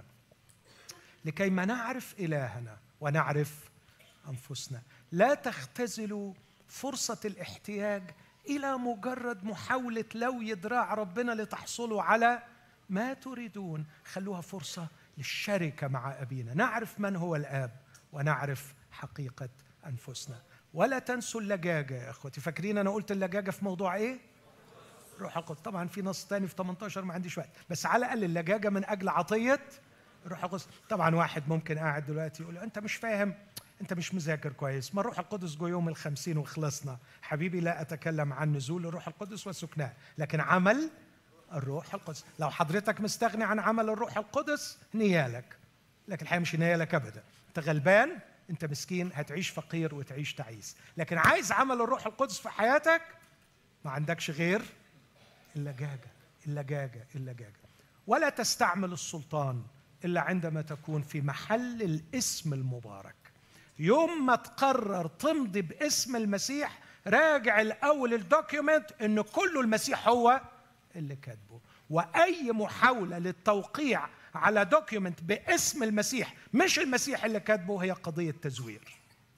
لكي ما نعرف إلهنا ونعرف أنفسنا. لا تختزلوا فرصة الاحتياج إلى مجرد محاولة لوي ذراع ربنا لتحصلوا على ما تريدون. خلوها فرصة للشركة مع أبينا، نعرف من هو الآب ونعرف حقيقة أنفسنا. ولا تنسوا اللجاجة يا أخوتي. فاكرين أنا قلت اللجاجة في موضوع إيه؟ روح القدس. طبعا في نص تاني في 18 ما عنديش وقت، بس على الأقل اللجاجة من أجل عطية روح القدس. طبعا واحد ممكن قاعد دلوقتي يقول أنت مش فاهم، أنت مش مذاكر كويس، ما الروح القدس جو يوم 50 وخلصنا. حبيبي، لا أتكلم عن نزول الروح القدس وسكناه، لكن عمل الروح القدس. لو حضرتك مستغني عن عمل الروح القدس نيالك، لكن الحقيقة مش نيالك أبدا. أنت غلبان، أنت مسكين، هتعيش فقير وتعيش تعيس. لكن عايز عمل الروح القدس في حياتك، ما عندكش غير اللجاجة اللجاجة اللجاجة. ولا تستعمل السلطان إلا عندما تكون في محل الاسم المبارك. يوم ما تقرر تمضي باسم المسيح، راجع الأول الدوكيومنت إنه كله المسيح هو اللي كاتبه. وأي محاولة للتوقيع على دوكيومنت باسم المسيح مش المسيح اللي كاتبه هي قضية تزوير.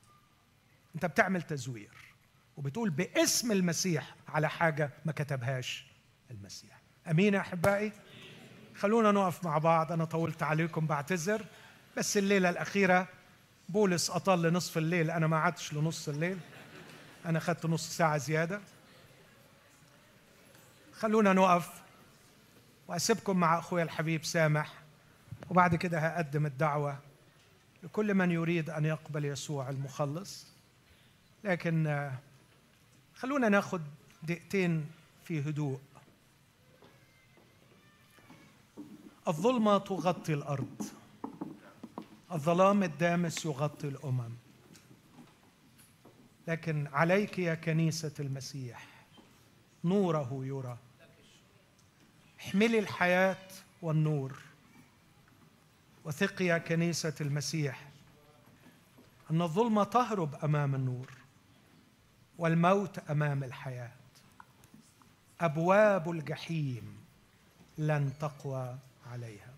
أنت بتعمل تزوير وبتقول باسم المسيح على حاجة ما كتبهاش المسيح. أمين يا أحبائي؟ خلونا نقف مع بعض. أنا طولت عليكم، بعتذر، بس الليلة الأخيرة بولس أطل نصف الليل، أنا ما عادش لنص الليل، أنا خدت نص ساعة زيادة. خلونا نقف وأسيبكم مع أخويا الحبيب سامح، وبعد كده هقدم الدعوة لكل من يريد أن يقبل يسوع المخلص. لكن خلونا ناخد دقيقتين في هدوء. الظلمة تغطي الأرض، الظلام الدامس يغطي الأمم، لكن عليك يا كنيسة المسيح نوره يرى. احملي الحياة والنور، وثقي يا كنيسة المسيح أن الظلمة تهرب أمام النور والموت أمام الحياة. أبواب الجحيم لن تقوى عليها.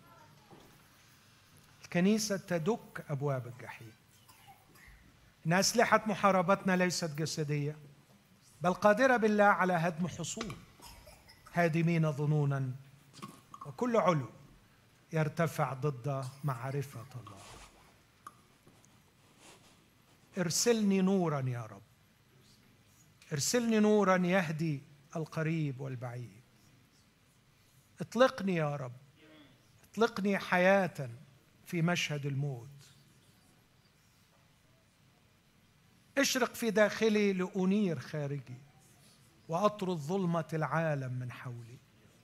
الكنيسة تدك أبواب الجحيم. إن أسلحة محاربتنا ليست جسدية، بل قادرة بالله على هدم حصون، هادمين ظنونا وكل علو يرتفع ضد معرفة الله. ارسلني نورا يا رب، ارسلني نورا يهدي القريب والبعيد. اطلقني يا رب، اطلقني حياة في مشهد الموت. اشرق في داخلي لأنير خارجي وأطرد ظلمة العالم من حولي.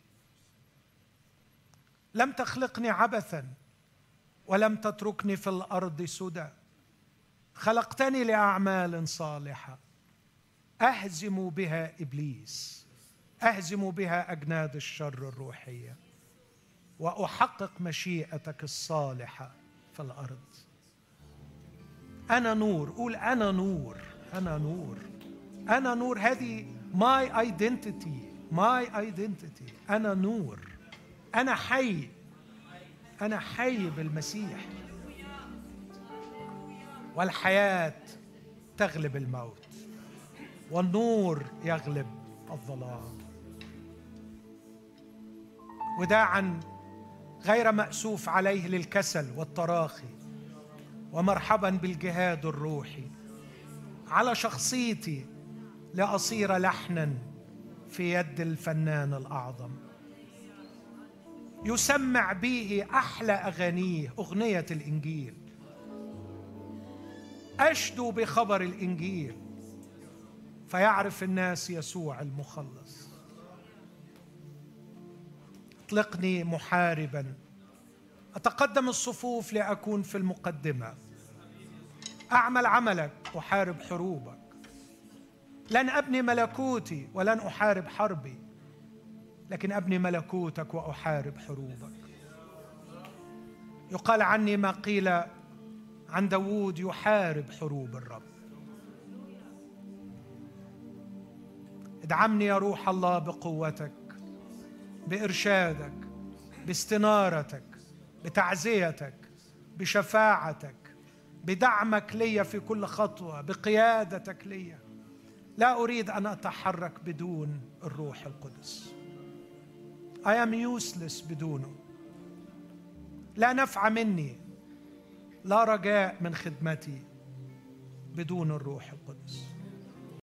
لم تخلقني عبثا ولم تتركني في الأرض سدى. خلقتني لأعمال صالحة أهزم بها إبليس، أهزم بها أجناد الشر الروحية، وأحقق مشيئتك الصالحة في الأرض. أنا نور. قول أنا نور، أنا نور، أنا نور. هذه my identity، my identity. أنا نور، أنا حي، أنا حي بالمسيح، والحياة تغلب الموت، والنور يغلب الظلام. وداعا غير مأسوف عليه للكسل والتراخي، ومرحبا بالجهاد الروحي على شخصيتي لأصير لحنا في يد الفنان الأعظم. يسمع به أحلى أغانيه، أغنية الإنجيل. أشدو بخبر الإنجيل فيعرف الناس يسوع المخلص. اطلقني محاربا، أتقدم الصفوف لأكون في المقدمة، أعمل عملك، أحارب حروبك. لن أبني ملكوتي ولن أحارب حربي، لكن أبني ملكوتك وأحارب حروبك. يقال عني ما قيل عن داود: يحارب حروب الرب. ادعمني يا روح الله بقوتك، بإرشادك، باستنارتك، بتعزيتك، بشفاعتك، بدعمك لي في كل خطوة، بقيادتك لي. لا أريد أن أتحرك بدون الروح القدس. I am useless بدونه. لا نفع مني، لا رجاء من خدمتي بدون الروح القدس.